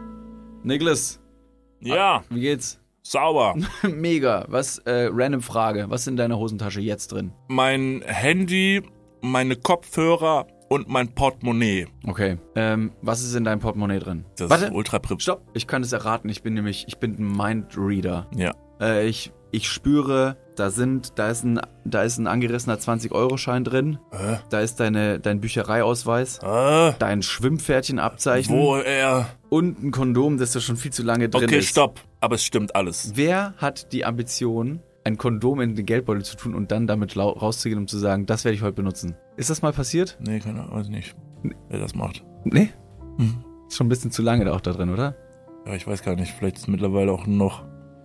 Niklas, Ja, wie geht's? sauber. Mega. Was, äh, random Frage. Was ist in deiner Hosentasche jetzt drin? Mein Handy, meine Kopfhörer und mein Portemonnaie. Okay. Ähm, was ist in deinem Portemonnaie drin? Das Warte. ist ultra prip. Stopp. Ich kann es erraten. Ich bin nämlich, ich bin ein Mindreader. Ja. Äh, ich, ich spüre, da sind, da ist ein, da ist ein angerissener zwanzig-Euro-Schein drin. Hä? Da ist deine, dein Büchereiausweis. Ah, Dein Schwimmpferdchenabzeichen. wo er. Und ein Kondom, das da schon viel zu lange drin Okay, ist. stopp. Aber es stimmt alles. Wer hat die Ambition, ein Kondom in den Geldbeutel zu tun und dann damit lau- rauszugehen, um zu sagen, das werde ich heute benutzen? Ist das mal passiert? Nee, keine Ahnung, weiß nicht, wer das macht. Nee. Hm. Ist schon ein bisschen zu lange da auch da drin, oder? Ja, ich weiß gar nicht. Vielleicht ist mittlerweile auch noch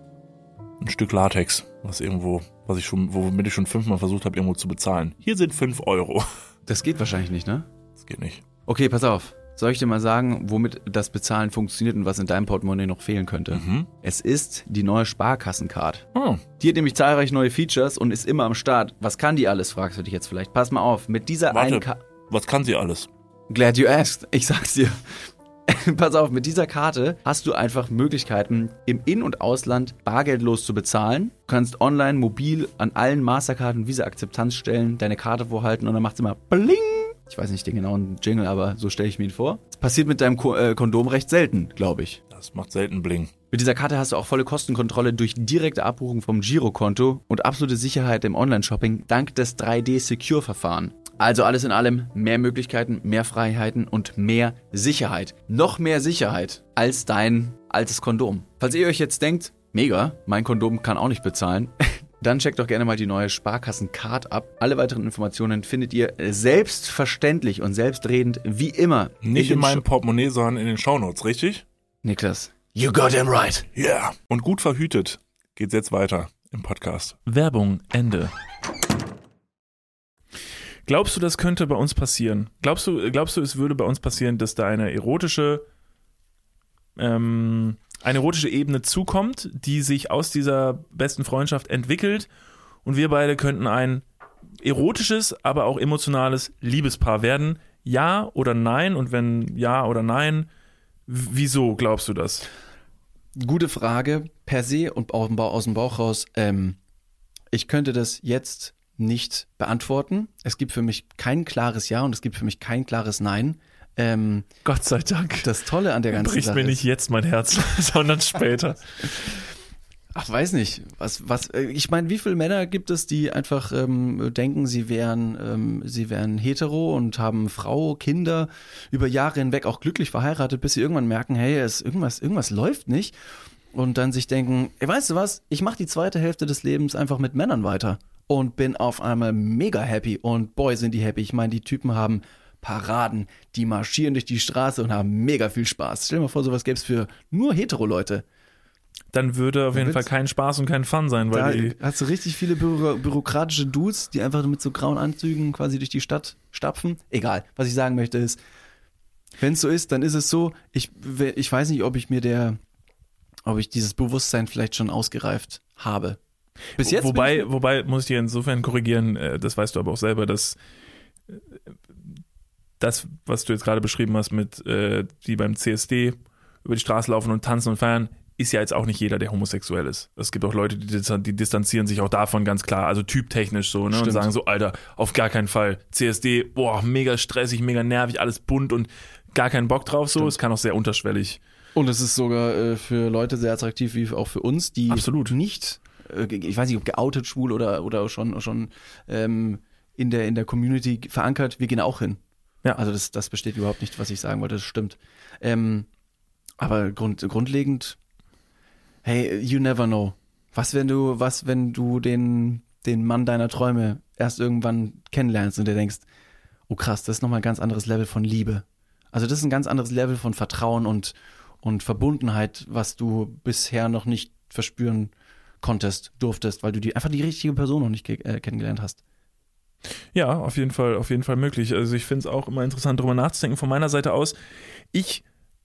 ein Stück Latex, was irgendwo, was ich schon, womit ich schon fünfmal versucht habe, irgendwo zu bezahlen. Hier sind fünf Euro. Das geht wahrscheinlich nicht, ne? Das geht nicht. Okay, pass auf. Soll ich dir mal sagen, womit das Bezahlen funktioniert und was in deinem Portemonnaie noch fehlen könnte? Mhm. Es ist die neue Sparkassencard. Oh. Die hat nämlich zahlreiche neue Features und ist immer am Start. Was kann die alles, fragst du dich jetzt vielleicht. Pass mal auf, mit dieser Warte, einen Karte... was kann sie alles? Glad you asked. Ich sag's dir. Pass auf, mit dieser Karte hast du einfach Möglichkeiten, im In- und Ausland bargeldlos zu bezahlen. Du kannst online, mobil an allen Mastercard- und Visa-Akzeptanzstellen deine Karte vorhalten und dann macht's immer Bling. Ich weiß nicht den genauen Jingle, aber so stelle ich mir ihn vor. Das passiert mit deinem Ko- äh, Kondom recht selten, glaube ich. Das macht selten Bling. Mit dieser Karte hast du auch volle Kostenkontrolle durch direkte Abbuchung vom Girokonto und absolute Sicherheit im Online-Shopping dank des drei D-Secure-Verfahren. Also alles in allem mehr Möglichkeiten, mehr Freiheiten und mehr Sicherheit. Noch mehr Sicherheit als dein altes Kondom. Falls ihr euch jetzt denkt, mega, mein Kondom kann auch nicht bezahlen, dann checkt doch gerne mal die neue Sparkassen-Card ab. Alle weiteren Informationen findet ihr selbstverständlich und selbstredend wie immer. Nicht in den meinem Sh- Portemonnaie, sondern in den Shownotes, richtig? Niklas, you got him right. Ja. Yeah. Und gut verhütet geht's jetzt weiter im Podcast. Werbung, Ende. Glaubst du, das könnte bei uns passieren? Glaubst du, glaubst du, es würde bei uns passieren, dass da eine erotische, ähm, eine erotische Ebene zukommt, die sich aus dieser besten Freundschaft entwickelt und wir beide könnten ein erotisches, aber auch emotionales Liebespaar werden? Ja oder nein? Und wenn ja oder nein, w- wieso glaubst du das? Gute Frage, per se und aus dem Bauch, aus dem Bauch raus. Ähm, ich könnte das jetzt nicht beantworten. Es gibt für mich kein klares Ja und es gibt für mich kein klares Nein. Ähm, Gott sei Dank. das Tolle an der ganzen Bricht Sache mir nicht ist, jetzt mein Herz, sondern später. ach, weiß nicht, was, was, äh, ich meine, wie viele Männer gibt es, die einfach ähm, denken, sie wären, ähm, sie wären hetero und haben Frau, Kinder, über Jahre hinweg auch glücklich verheiratet, bis sie irgendwann merken, hey, es, irgendwas, irgendwas läuft nicht und dann sich denken, ey, weißt du was, ich mache die zweite Hälfte des Lebens einfach mit Männern weiter und bin auf einmal mega happy und boy, sind die happy. Ich meine, die Typen haben Paraden, die marschieren durch die Straße und haben mega viel Spaß. Stell dir mal vor, sowas gäbe es für nur Hetero-Leute. Dann würde auf jeden Dann Fall wird's- kein Spaß und kein Fun sein, weil Da die hast du richtig viele büro bürokratische Dudes, die einfach mit so grauen Anzügen quasi durch die Stadt stapfen. Egal, was ich sagen möchte ist, wenn es so ist, dann ist es so. Ich, ich weiß nicht, ob ich mir der, ob ich dieses Bewusstsein vielleicht schon ausgereift habe. Bis jetzt bin wobei, ich, wobei muss ich dir insofern korrigieren, äh, das weißt du aber auch selber, dass äh, das, was du jetzt gerade beschrieben hast mit äh, die beim C S D über die Straße laufen und tanzen und feiern, ist ja jetzt auch nicht jeder, der homosexuell ist. Es gibt auch Leute, die, dis- die distanzieren sich auch davon ganz klar, also typtechnisch so, ne, und Stimmt. sagen so, Alter, auf gar keinen Fall. C S D, boah, mega stressig, mega nervig, alles bunt und gar keinen Bock drauf so. Stimmt. Es kann auch sehr unterschwellig. und es ist sogar äh, für Leute sehr attraktiv, wie auch für uns, die Absolut. nicht, äh, ich weiß nicht, ob geoutet, schwul oder, oder schon, schon ähm, in der, in der Community verankert, wir gehen auch hin. Ja. Also das, das besteht überhaupt nicht, was ich sagen wollte, das stimmt. Ähm, aber grund, grundlegend, hey, you never know. Was, wenn du, was, wenn du den, den Mann deiner Träume erst irgendwann kennenlernst und dir denkst, oh krass, das ist nochmal ein ganz anderes Level von Liebe. Also das ist ein ganz anderes Level von Vertrauen und, und Verbundenheit, was du bisher noch nicht verspüren konntest, durftest, weil du die, einfach die richtige Person noch nicht ge- äh, kennengelernt hast. Ja, auf jeden Fall, auf jeden Fall möglich. Also ich finde es auch immer interessant, darüber nachzudenken. Von meiner Seite aus, ich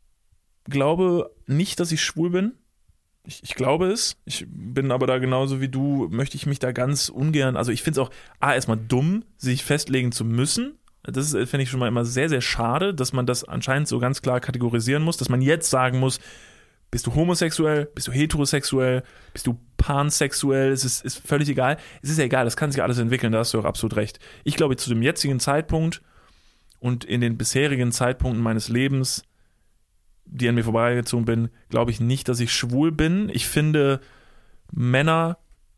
glaube nicht, dass ich schwul bin. Ich, ich glaube es. Ich bin aber da genauso wie du, möchte ich mich da ganz ungern, also ich finde es auch, A, erstmal dumm, sich festlegen zu müssen. Das ist, finde ich schon mal immer sehr, sehr schade, dass man das anscheinend so ganz klar kategorisieren muss, dass man jetzt sagen muss, bist du homosexuell, bist du heterosexuell, bist du pansexuell, es ist, ist völlig egal. Es ist ja egal, das kann sich alles entwickeln, da hast du auch absolut recht. Ich glaube, zu dem jetzigen Zeitpunkt und in den bisherigen Zeitpunkten meines Lebens, die an mir vorbeigezogen bin, glaube ich nicht, dass ich schwul bin. Ich finde, Männer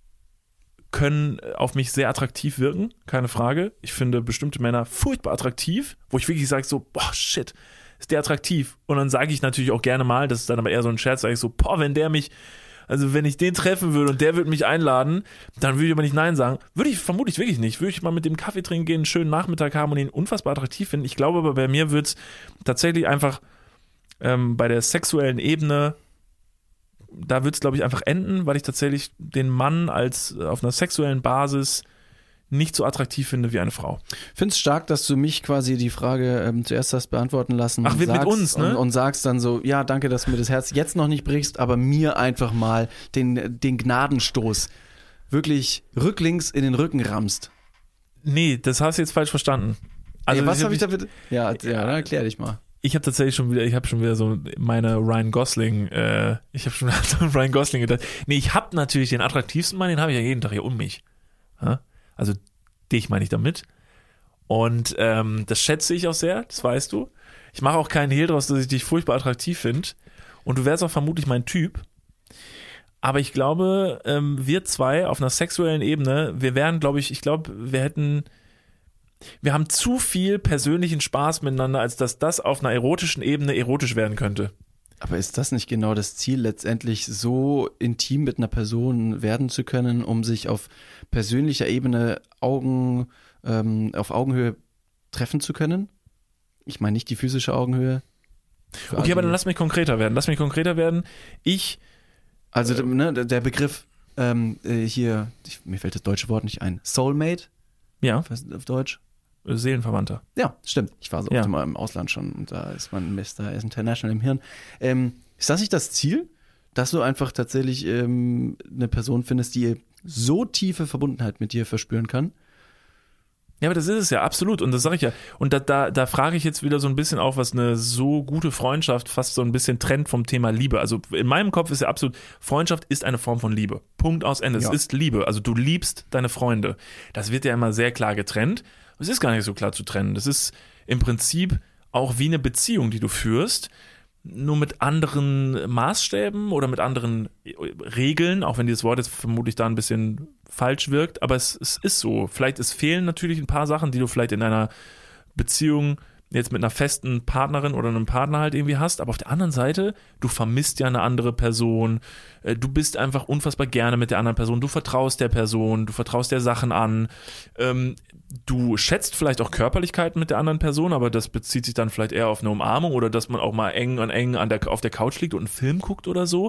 können auf mich sehr attraktiv wirken, keine Frage. Ich finde bestimmte Männer furchtbar attraktiv, wo ich wirklich sage so, boah, shit, ist der attraktiv? Und dann sage ich natürlich auch gerne mal, das ist dann aber eher so ein Scherz, sage ich so, boah, wenn der mich, also wenn ich den treffen würde und der würde mich einladen, dann würde ich aber nicht Nein sagen. Würde ich vermutlich wirklich nicht. Würde ich mal mit dem Kaffee trinken gehen, einen schönen Nachmittag haben und ihn unfassbar attraktiv finden. Ich glaube aber, bei mir wird es tatsächlich einfach ähm, bei der sexuellen Ebene, da wird es, glaube ich, einfach enden, weil ich tatsächlich den Mann als äh, auf einer sexuellen Basis nicht so attraktiv finde wie eine Frau. Ich finde es stark, dass du mich quasi die Frage ähm, zuerst hast beantworten lassen. Ach, und mit sagst, uns, ne? Und, und sagst dann so, ja, danke, dass du mir das Herz jetzt noch nicht brichst, aber mir einfach mal den, den Gnadenstoß wirklich rücklings in den Rücken rammst. Nee, das hast du jetzt falsch verstanden. Also, Ey, was hab habe ich da bitte? Ja, ja, dann erklär dich mal. Ich habe tatsächlich schon wieder, ich habe schon wieder so meine Ryan Gosling, äh, ich habe schon an Ryan Gosling gedacht. Nee, ich habe natürlich den attraktivsten Mann, den habe ich ja jeden Tag hier um mich. Ja? Also dich meine ich damit. Und ähm, das schätze ich auch sehr, das weißt du. Ich mache auch keinen Hehl draus, dass ich dich furchtbar attraktiv finde. Und du wärst auch vermutlich mein Typ. Aber ich glaube, ähm, wir zwei auf einer sexuellen Ebene, wir wären, glaube ich, ich glaube, wir hätten, wir haben zu viel persönlichen Spaß miteinander, als dass das auf einer erotischen Ebene erotisch werden könnte. Aber ist das nicht genau das Ziel, letztendlich so intim mit einer Person werden zu können, um sich auf persönlicher Ebene Augen, ähm, auf Augenhöhe treffen zu können? Ich meine nicht die physische Augenhöhe. Okay, aber dann lass mich konkreter werden. Lass mich konkreter werden. Ich Also äh, ne, der Begriff ähm, hier, ich, mir fällt das deutsche Wort nicht ein, Soulmate? Ja. Was ist auf Deutsch? Seelenverwandter. Ja, stimmt. Ich war so ja. oft mal im Ausland schon und da ist man Mister International im Hirn. Ähm, ist das nicht das Ziel, dass du einfach tatsächlich ähm, eine Person findest, die so tiefe Verbundenheit mit dir verspüren kann? Ja, aber das ist es ja, absolut. Und das sage ich ja. Und da, da, da frage ich jetzt wieder so ein bisschen auch, was eine so gute Freundschaft fast so ein bisschen trennt vom Thema Liebe. Also in meinem Kopf ist ja absolut, Freundschaft ist eine Form von Liebe. Punkt aus Ende. Ja. Es ist Liebe. Also du liebst deine Freunde. Das wird ja immer sehr klar getrennt. Es ist gar nicht so klar zu trennen. Das ist im Prinzip auch wie eine Beziehung, die du führst, nur mit anderen Maßstäben oder mit anderen Regeln, auch wenn dieses Wort jetzt vermutlich da ein bisschen falsch wirkt, aber es, es ist so. Vielleicht es fehlen natürlich ein paar Sachen, die du vielleicht in einer Beziehung jetzt mit einer festen Partnerin oder einem Partner halt irgendwie hast, aber auf der anderen Seite, du vermisst ja eine andere Person, du bist einfach unfassbar gerne mit der anderen Person, du vertraust der Person, du vertraust der Sachen an, du schätzt vielleicht auch Körperlichkeiten mit der anderen Person, aber das bezieht sich dann vielleicht eher auf eine Umarmung oder dass man auch mal eng an eng an der, auf der Couch liegt und einen Film guckt oder so.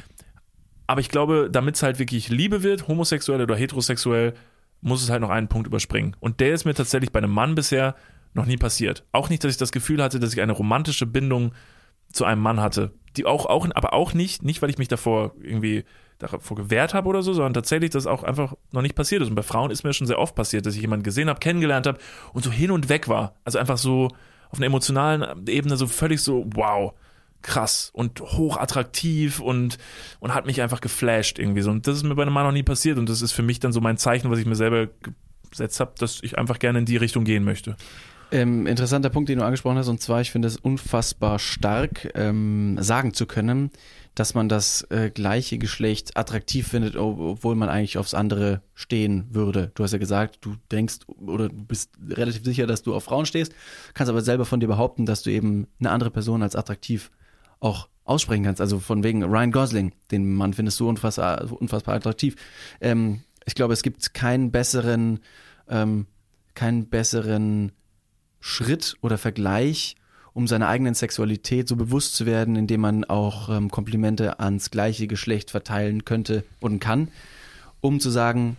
Aber ich glaube, damit es halt wirklich Liebe wird, homosexuell oder heterosexuell, muss es halt noch einen Punkt überspringen. Und der ist mir tatsächlich bei einem Mann bisher noch nie passiert. Auch nicht, dass ich das Gefühl hatte, dass ich eine romantische Bindung zu einem Mann hatte. Die auch, auch, aber auch nicht, nicht, weil ich mich davor irgendwie davor gewehrt habe oder so, sondern tatsächlich, dass auch einfach noch nicht passiert ist. Und bei Frauen ist mir schon sehr oft passiert, dass ich jemanden gesehen habe, kennengelernt habe und so hin und weg war. Also einfach so auf einer emotionalen Ebene so völlig so, wow, krass und hochattraktiv und, und hat mich einfach geflasht irgendwie so. Und das ist mir bei einem Mann noch nie passiert und das ist für mich dann so mein Zeichen, was ich mir selber gesetzt habe, dass ich einfach gerne in die Richtung gehen möchte. Ähm, interessanter Punkt, den du angesprochen hast, und zwar, ich finde es unfassbar stark, ähm, sagen zu können, dass man das äh, gleiche Geschlecht attraktiv findet, obwohl man eigentlich aufs andere stehen würde. Du hast ja gesagt, du denkst oder du bist relativ sicher, dass du auf Frauen stehst, kannst aber selber von dir behaupten, dass du eben eine andere Person als attraktiv auch aussprechen kannst. Also von wegen Ryan Gosling, den Mann findest du unfassbar, unfassbar attraktiv. Ähm, ich glaube, es gibt keinen besseren, ähm, keinen besseren Schritt oder Vergleich, um seiner eigenen Sexualität so bewusst zu werden, indem man auch ähm, Komplimente ans gleiche Geschlecht verteilen könnte und kann, um zu sagen,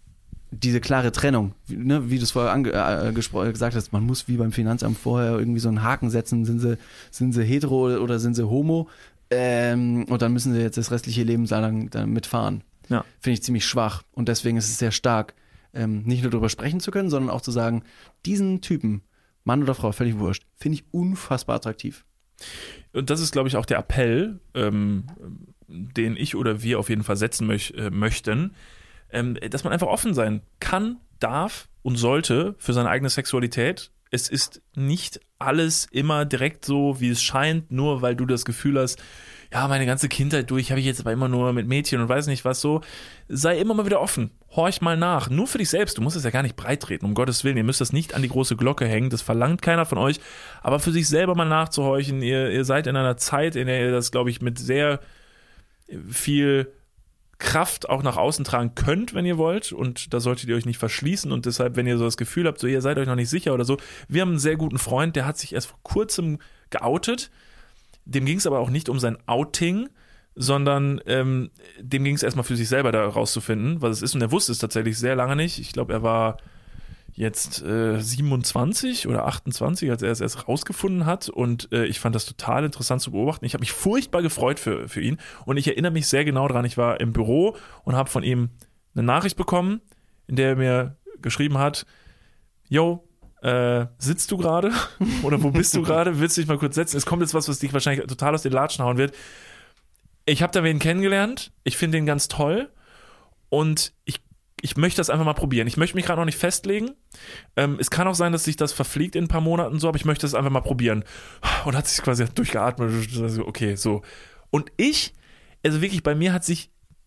diese klare Trennung, wie, ne, wie du es vorher ange- äh, gespro- gesagt hast, man muss wie beim Finanzamt vorher irgendwie so einen Haken setzen, sind sie, sind sie hetero oder sind sie homo, ähm, und dann müssen sie jetzt das restliche Leben lang damit fahren. Ja. Finde ich ziemlich schwach und deswegen ist es sehr stark, ähm, nicht nur darüber sprechen zu können, sondern auch zu sagen, diesen Typen, Mann oder Frau, völlig wurscht, finde ich unfassbar attraktiv. Und das ist, glaube ich, auch der Appell, ähm, den ich oder wir auf jeden Fall setzen möch- äh, möchten, ähm, dass man einfach offen sein kann, darf und sollte für seine eigene Sexualität. Es ist nicht alles immer direkt so, wie es scheint, nur weil du das Gefühl hast, ja, meine ganze Kindheit durch habe ich jetzt aber immer nur mit Mädchen und weiß nicht was so. Sei immer mal wieder offen. Horch mal nach. Nur für dich selbst. Du musst es ja gar nicht breitreten, um Gottes Willen. Ihr müsst das nicht an die große Glocke hängen. Das verlangt keiner von euch. Aber für sich selber mal nachzuhorchen. Ihr, ihr seid in einer Zeit, in der ihr das, glaube ich, mit sehr viel Kraft auch nach außen tragen könnt, wenn ihr wollt. Und da solltet ihr euch nicht verschließen. Und deshalb, wenn ihr so das Gefühl habt, so ihr seid euch noch nicht sicher oder so. Wir haben einen sehr guten Freund, der hat sich erst vor kurzem geoutet. Dem ging es aber auch nicht um sein Outing, sondern ähm, dem ging es erstmal für sich selber da rauszufinden, was es ist. Und er wusste es tatsächlich sehr lange nicht. Ich glaube, er war jetzt äh, siebenundzwanzig oder achtundzwanzig, als er es erst rausgefunden hat und äh, ich fand das total interessant zu beobachten. Ich habe mich furchtbar gefreut für, für ihn und ich erinnere mich sehr genau daran, ich war im Büro und habe von ihm eine Nachricht bekommen, in der er mir geschrieben hat, yo, äh, sitzt du gerade oder wo bist du gerade, willst du dich mal kurz setzen? Es kommt jetzt was, was dich wahrscheinlich total aus den Latschen hauen wird. Ich habe da wen kennengelernt, ich finde den ganz toll und ich Ich möchte das einfach mal probieren. Ich möchte mich gerade noch nicht festlegen. Ähm, es kann auch sein, dass sich das verfliegt in ein paar Monaten so, aber ich möchte das einfach mal probieren. Und hat sich quasi durchgeatmet. Okay, so. Und ich, also wirklich, bei mir hat sich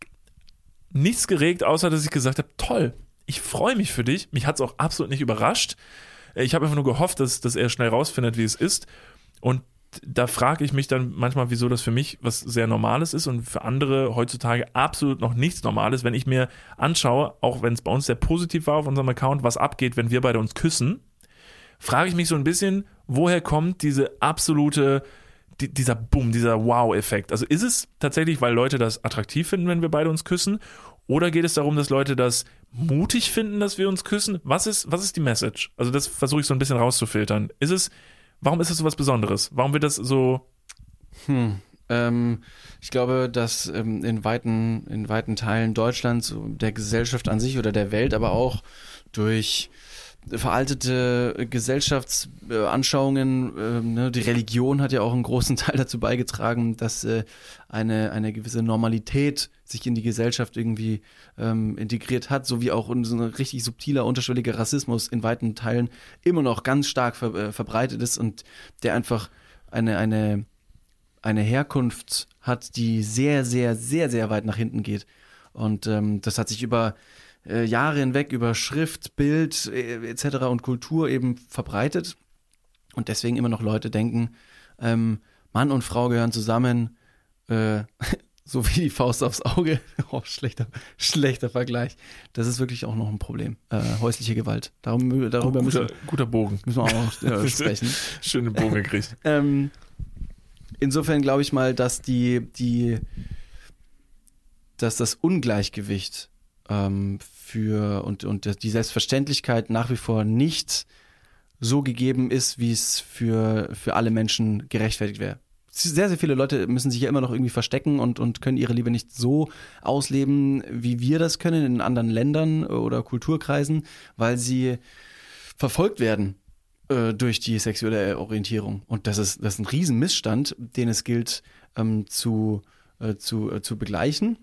nichts geregt, außer dass ich gesagt habe, toll, ich freue mich für dich. Mich hat es auch absolut nicht überrascht. Ich habe einfach nur gehofft, dass, dass er schnell rausfindet, wie es ist. Und da frage ich mich dann manchmal, wieso das für mich was sehr Normales ist und für andere heutzutage absolut noch nichts Normales, wenn ich mir anschaue, auch wenn es bei uns sehr positiv war auf unserem Account, was abgeht, wenn wir beide uns küssen, frage ich mich so ein bisschen, woher kommt diese absolute, die, dieser Boom, dieser Wow-Effekt? Also ist es tatsächlich, weil Leute das attraktiv finden, wenn wir beide uns küssen? Oder geht es darum, dass Leute das mutig finden, dass wir uns küssen? Was ist, was ist die Message? Also das versuche ich so ein bisschen rauszufiltern. Ist es Warum ist das so was Besonderes? Warum wird das so... Hm, ähm, ich glaube, dass ähm, in, weiten, in weiten Teilen Deutschlands, der Gesellschaft an sich oder der Welt, aber auch durch veraltete Gesellschaftsanschauungen, äh, ne, die Religion hat ja auch einen großen Teil dazu beigetragen, dass äh, eine, eine gewisse Normalität sich in die Gesellschaft irgendwie ähm, integriert hat, sowie auch so ein richtig subtiler, unterschwelliger Rassismus in weiten Teilen immer noch ganz stark ver, äh, verbreitet ist und der einfach eine, eine, eine Herkunft hat, die sehr, sehr, sehr, sehr weit nach hinten geht. Und ähm, das hat sich über äh, Jahre hinweg, über Schrift, Bild äh, et cetera und Kultur eben verbreitet. Und deswegen immer noch Leute denken, ähm, Mann und Frau gehören zusammen, äh, so wie die Faust aufs Auge. Oh, schlechter, schlechter Vergleich. Das ist wirklich auch noch ein Problem. Äh, häusliche Gewalt. Darum, darüber oh, guter, müssen, guter Bogen. müssen wir auch noch äh, sprechen. Schöne Bogen gekriegt. ähm, insofern glaube ich mal, dass die, die, dass das Ungleichgewicht ähm, für und, und die Selbstverständlichkeit nach wie vor nicht so gegeben ist, wie es für, für alle Menschen gerechtfertigt wäre. Sehr, sehr viele Leute müssen sich ja immer noch irgendwie verstecken und, und können ihre Liebe nicht so ausleben, wie wir das können in anderen Ländern oder Kulturkreisen, weil sie verfolgt werden äh, durch die sexuelle Orientierung. Und das ist, das ist ein Riesenmissstand, den es gilt ähm, zu, äh, zu, äh, zu begleichen.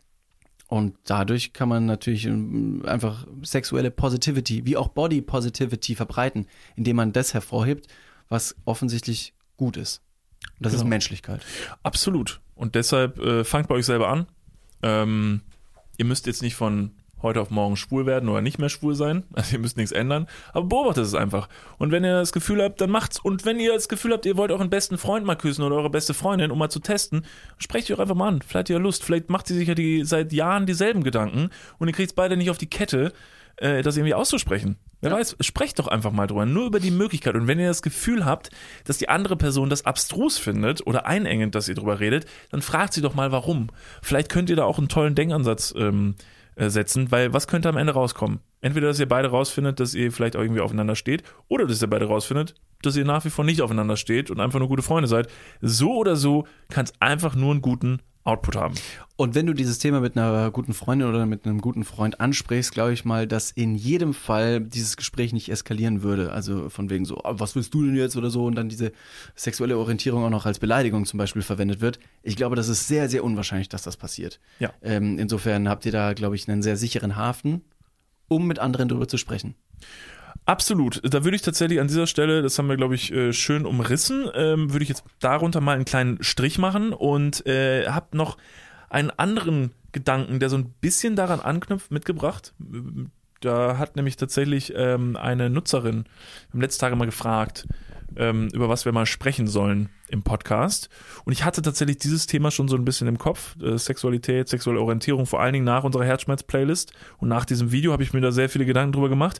Und dadurch kann man natürlich einfach sexuelle Positivity, wie auch Body Positivity verbreiten, indem man das hervorhebt, was offensichtlich gut ist. Und das genau. ist Menschlichkeit. Absolut. Und deshalb äh, fangt bei euch selber an. Ähm, ihr müsst jetzt nicht von heute auf morgen schwul werden oder nicht mehr schwul sein. Also ihr müsst nichts ändern. Aber beobachtet es einfach. Und wenn ihr das Gefühl habt, dann macht's. Und wenn ihr das Gefühl habt, ihr wollt euren besten Freund mal küssen oder eure beste Freundin, um mal zu testen, sprecht ihr auch einfach mal an. Vielleicht habt ihr Lust. Vielleicht macht sie sich ja die, seit Jahren dieselben Gedanken und ihr kriegt es beide nicht auf die Kette, äh, das irgendwie auszusprechen. Wer ja. weiß, sprecht doch einfach mal drüber. Nur über die Möglichkeit. Und wenn ihr das Gefühl habt, dass die andere Person das abstrus findet oder einengend, dass ihr drüber redet, dann fragt sie doch mal, warum. Vielleicht könnt ihr da auch einen tollen Denkansatz ähm, setzen, weil was könnte am Ende rauskommen? Entweder, dass ihr beide rausfindet, dass ihr vielleicht auch irgendwie aufeinander steht, oder dass ihr beide rausfindet, dass ihr nach wie vor nicht aufeinander steht und einfach nur gute Freunde seid. So oder so kann es einfach nur einen guten Output haben. Und wenn du dieses Thema mit einer guten Freundin oder mit einem guten Freund ansprichst, glaube ich mal, dass in jedem Fall dieses Gespräch nicht eskalieren würde. Also von wegen so, was willst du denn jetzt oder so, und dann diese sexuelle Orientierung auch noch als Beleidigung zum Beispiel verwendet wird. Ich glaube, das ist sehr, sehr unwahrscheinlich, dass das passiert. Ja. Ähm, insofern habt ihr da, glaube ich, einen sehr sicheren Hafen, um mit anderen darüber zu sprechen. Absolut. Da würde ich tatsächlich an dieser Stelle, das haben wir, glaube ich, schön umrissen, ähm, würde ich jetzt darunter mal einen kleinen Strich machen und äh, habe noch einen anderen Gedanken, der so ein bisschen daran anknüpft, mitgebracht. Da hat nämlich tatsächlich ähm, eine Nutzerin im letzten Tage mal gefragt, ähm, über was wir mal sprechen sollen im Podcast. Und ich hatte tatsächlich dieses Thema schon so ein bisschen im Kopf, äh, Sexualität, sexuelle Orientierung, vor allen Dingen nach unserer Herzschmerz-Playlist. Und nach diesem Video habe ich mir da sehr viele Gedanken drüber gemacht.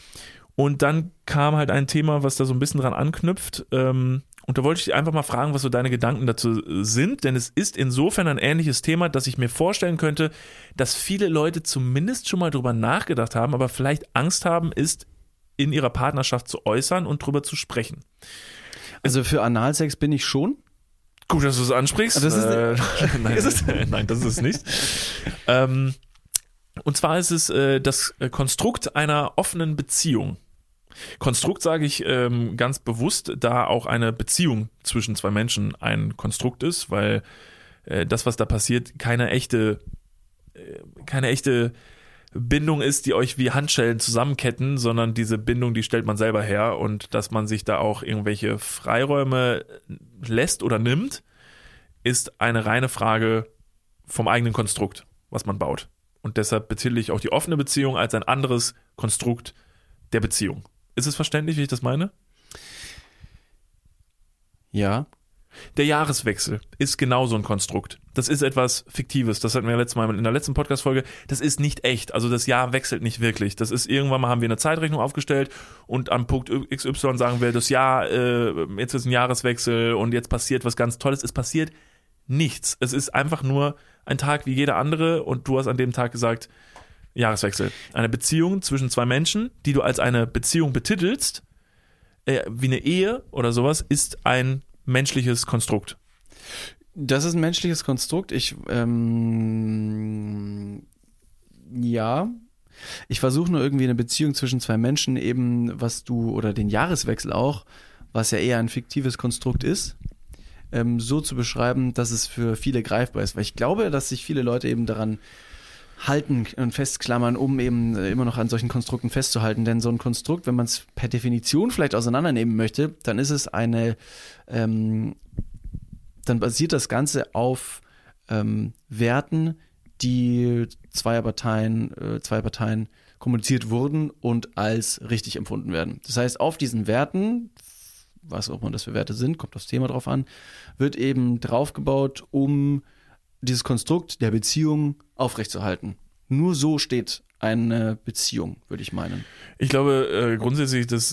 Und dann kam halt ein Thema, was da so ein bisschen dran anknüpft. Ähm, und da wollte ich dich einfach mal fragen, was so deine Gedanken dazu sind. Denn es ist insofern ein ähnliches Thema, dass ich mir vorstellen könnte, dass viele Leute zumindest schon mal drüber nachgedacht haben, aber vielleicht Angst haben, ist in ihrer Partnerschaft zu äußern und drüber zu sprechen. Also für Analsex bin ich schon. Gut, dass du es ansprichst. Das ist äh, nein, ist es? nein, das ist es nicht. ähm, und zwar ist es äh, das Konstrukt einer offenen Beziehung. Konstrukt sage ich ähm, ganz bewusst, da auch eine Beziehung zwischen zwei Menschen ein Konstrukt ist, weil äh, das, was da passiert, keine echte, äh, keine echte Bindung ist, die euch wie Handschellen zusammenketten, sondern diese Bindung, die stellt man selber her, und dass man sich da auch irgendwelche Freiräume lässt oder nimmt, ist eine reine Frage vom eigenen Konstrukt, was man baut. Und deshalb betitle ich auch die offene Beziehung als ein anderes Konstrukt der Beziehung. Ist es verständlich, wie ich das meine? Ja. Der Jahreswechsel ist genauso ein Konstrukt. Das ist etwas Fiktives. Das hatten wir letztes Mal in der letzten Podcast-Folge. Das ist nicht echt. Also das Jahr wechselt nicht wirklich. Das ist irgendwann mal haben wir eine Zeitrechnung aufgestellt und am Punkt X Y sagen wir, das Jahr, äh, jetzt ist ein Jahreswechsel und jetzt passiert was ganz Tolles. Es passiert nichts. Es ist einfach nur ein Tag wie jeder andere und du hast an dem Tag gesagt, Jahreswechsel. Eine Beziehung zwischen zwei Menschen, die du als eine Beziehung betitelst, äh, wie eine Ehe oder sowas, ist ein menschliches Konstrukt. Das ist ein menschliches Konstrukt. Ich, ähm, ja. Ich versuche nur irgendwie eine Beziehung zwischen zwei Menschen eben, was du, oder den Jahreswechsel auch, was ja eher ein fiktives Konstrukt ist, ähm, so zu beschreiben, dass es für viele greifbar ist. Weil ich glaube, dass sich viele Leute eben daran halten und festklammern, um eben immer noch an solchen Konstrukten festzuhalten. Denn so ein Konstrukt, wenn man es per Definition vielleicht auseinandernehmen möchte, dann ist es eine, ähm, dann basiert das Ganze auf ähm, Werten, die zweier Parteien, äh, zwei Parteien kommuniziert wurden und als richtig empfunden werden. Das heißt, auf diesen Werten, was auch immer das für Werte sind, kommt aufs Thema drauf an, wird eben draufgebaut, um dieses Konstrukt der Beziehung aufrechtzuerhalten. Nur so steht eine Beziehung, würde ich meinen. Ich glaube äh, grundsätzlich, dass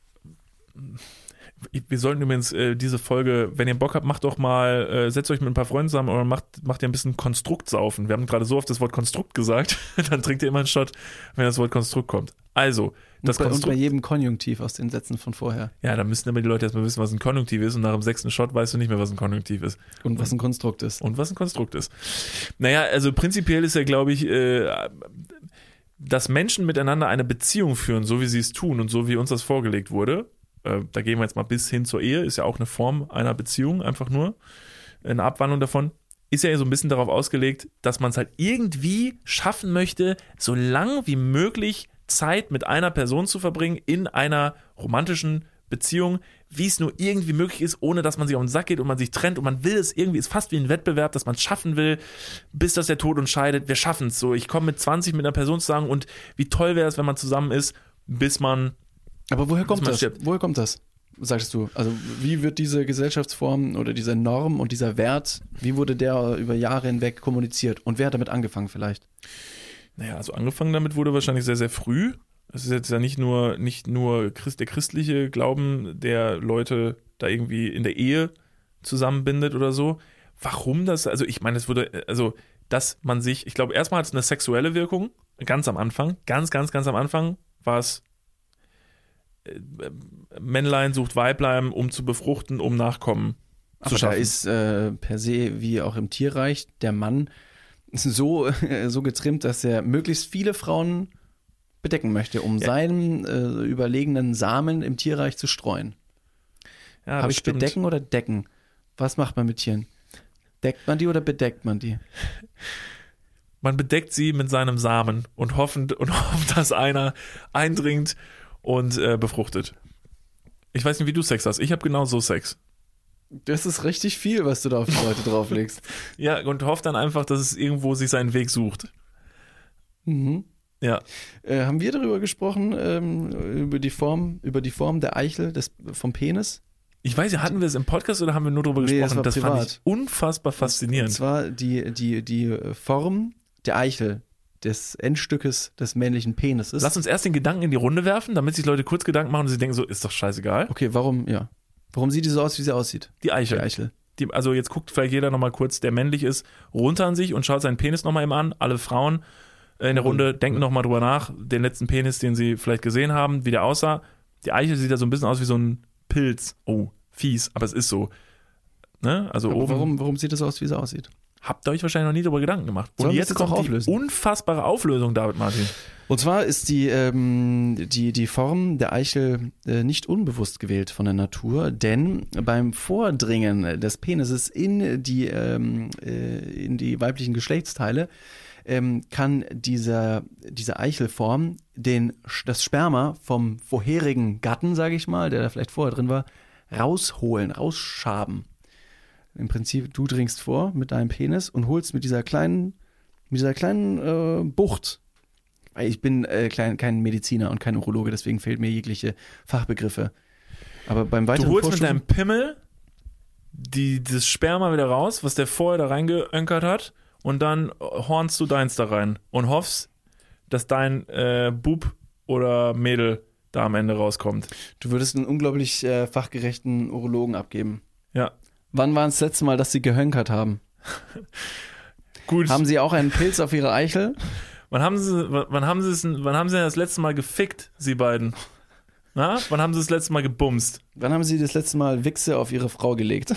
äh, wir sollten übrigens äh, diese Folge, wenn ihr Bock habt, macht doch mal, äh, setzt euch mit ein paar Freunden zusammen oder macht, macht ihr ein bisschen Konstruktsaufen. Wir haben gerade so oft das Wort Konstrukt gesagt, dann trinkt ihr immer einen Shot, wenn das Wort Konstrukt kommt. Also, das und bei, Konstrukt. Und bei jedem Konjunktiv aus den Sätzen von vorher. Ja, da müssten aber die Leute erstmal wissen, was ein Konjunktiv ist, und nach dem sechsten Shot weißt du nicht mehr, was ein Konjunktiv ist. Und was ein Konstrukt ist. Und was ein Konstrukt ist. Naja, also prinzipiell ist ja, glaube ich, äh, dass Menschen miteinander eine Beziehung führen, so wie sie es tun und so wie uns das vorgelegt wurde. Äh, da gehen wir jetzt mal bis hin zur Ehe, ist ja auch eine Form einer Beziehung, einfach nur eine Abwandlung davon. Ist ja so ein bisschen darauf ausgelegt, dass man es halt irgendwie schaffen möchte, so lang wie möglich Zeit mit einer Person zu verbringen in einer romantischen Beziehung, wie es nur irgendwie möglich ist, ohne dass man sich auf den Sack geht und man sich trennt und man will es irgendwie, ist fast wie ein Wettbewerb, dass man es schaffen will, bis dass der Tod uns scheidet. Wir schaffen es so. Ich komme mit zwanzig mit einer Person zusammen und wie toll wäre es, wenn man zusammen ist, bis man Aber woher kommt das? stirbt. Woher kommt das, sagst du? Also wie wird diese Gesellschaftsform oder diese Norm und dieser Wert, wie wurde der über Jahre hinweg kommuniziert? Und wer hat damit angefangen vielleicht? Naja, also angefangen damit wurde wahrscheinlich sehr, sehr früh. Es ist jetzt ja nicht nur, nicht nur Christ, der christliche Glauben, der Leute da irgendwie in der Ehe zusammenbindet oder so. Warum das? Also ich meine, es wurde, also dass man sich, ich glaube, erstmal hat es eine sexuelle Wirkung, ganz am Anfang, ganz, ganz, ganz am Anfang war es äh, Männlein sucht Weiblein, um zu befruchten, um Nachkommen zu Aber schaffen. da ist äh, per se, wie auch im Tierreich, der Mann so, äh, so getrimmt, dass er möglichst viele Frauen bedecken möchte, um Ja. seinen äh, überlegenen Samen im Tierreich zu streuen. Ja, Habe das ich stimmt. bedecken oder decken? Was macht man mit Tieren? Deckt man die oder bedeckt man die? Man bedeckt sie mit seinem Samen und hoffend, und hofft, dass einer eindringt und äh, befruchtet. Ich weiß nicht, wie du Sex hast. Ich habe genau so Sex. Das ist richtig viel, was du da auf die Leute drauflegst. Ja, und hofft dann einfach, dass es irgendwo sich seinen Weg sucht. Mhm. Ja. Äh, haben wir darüber gesprochen, ähm, über die Form, über die Form der Eichel, des, vom Penis? Ich weiß ja, hatten wir es im Podcast oder haben wir nur darüber Nee, das gesprochen? war Das, privat. fand ich unfassbar Und faszinierend. zwar die, die, die Form der Eichel, des Endstückes des männlichen Penises. Lass uns erst den Gedanken in die Runde werfen, damit sich Leute kurz Gedanken machen und sie denken so, ist doch scheißegal. Okay, warum, ja. Warum sieht die so aus, wie sie aussieht? Die Eichel. Die Eichel. Die, also jetzt guckt vielleicht jeder nochmal kurz, der männlich ist, runter an sich und schaut seinen Penis nochmal eben an. Alle Frauen in der Runde, denken noch mal drüber nach, den letzten Penis, den sie vielleicht gesehen haben, wie der aussah. Die Eichel sieht ja so ein bisschen aus wie so ein Pilz. Oh, fies, aber es ist so. Ne? Also Aber oben. warum, warum sieht es aus, wie es aussieht? Habt ihr euch wahrscheinlich noch nie darüber Gedanken gemacht. Und Sollen wir jetzt es kommt auch die auflösen? unfassbare Auflösung, David Martin. Und zwar ist die, ähm, die, die Form der Eichel äh, nicht unbewusst gewählt von der Natur, denn beim Vordringen des Penises in die, ähm, äh, in die weiblichen Geschlechtsteile ähm, kann dieser, diese Eichelform den, das Sperma vom vorherigen Gatten, sage ich mal, der da vielleicht vorher drin war, rausholen, rausschaben. Im Prinzip, du dringst vor mit deinem Penis und holst mit dieser kleinen, mit dieser kleinen äh, Bucht. Ich bin äh, klein, kein Mediziner und kein Urologe, deswegen fehlen mir jegliche Fachbegriffe. Aber beim weiteren Du holst mit Vorstoßen- deinem Pimmel die, das Sperma wieder raus, was der vorher da reingeönkert hat, und dann hornst du deins da rein und hoffst, dass dein äh, Bub oder Mädel da am Ende rauskommt. Du würdest einen unglaublich äh, fachgerechten Urologen abgeben. Ja. Wann war es das letzte Mal, dass sie gehönkert haben? Gut. Haben sie auch einen Pilz auf ihrer Eichel? Wann haben sie, wann haben sie es, wann haben sie denn das letzte Mal gefickt, sie beiden? Na? Wann haben sie das letzte Mal gebumst? Wann haben sie das letzte Mal Wichse auf ihre Frau gelegt?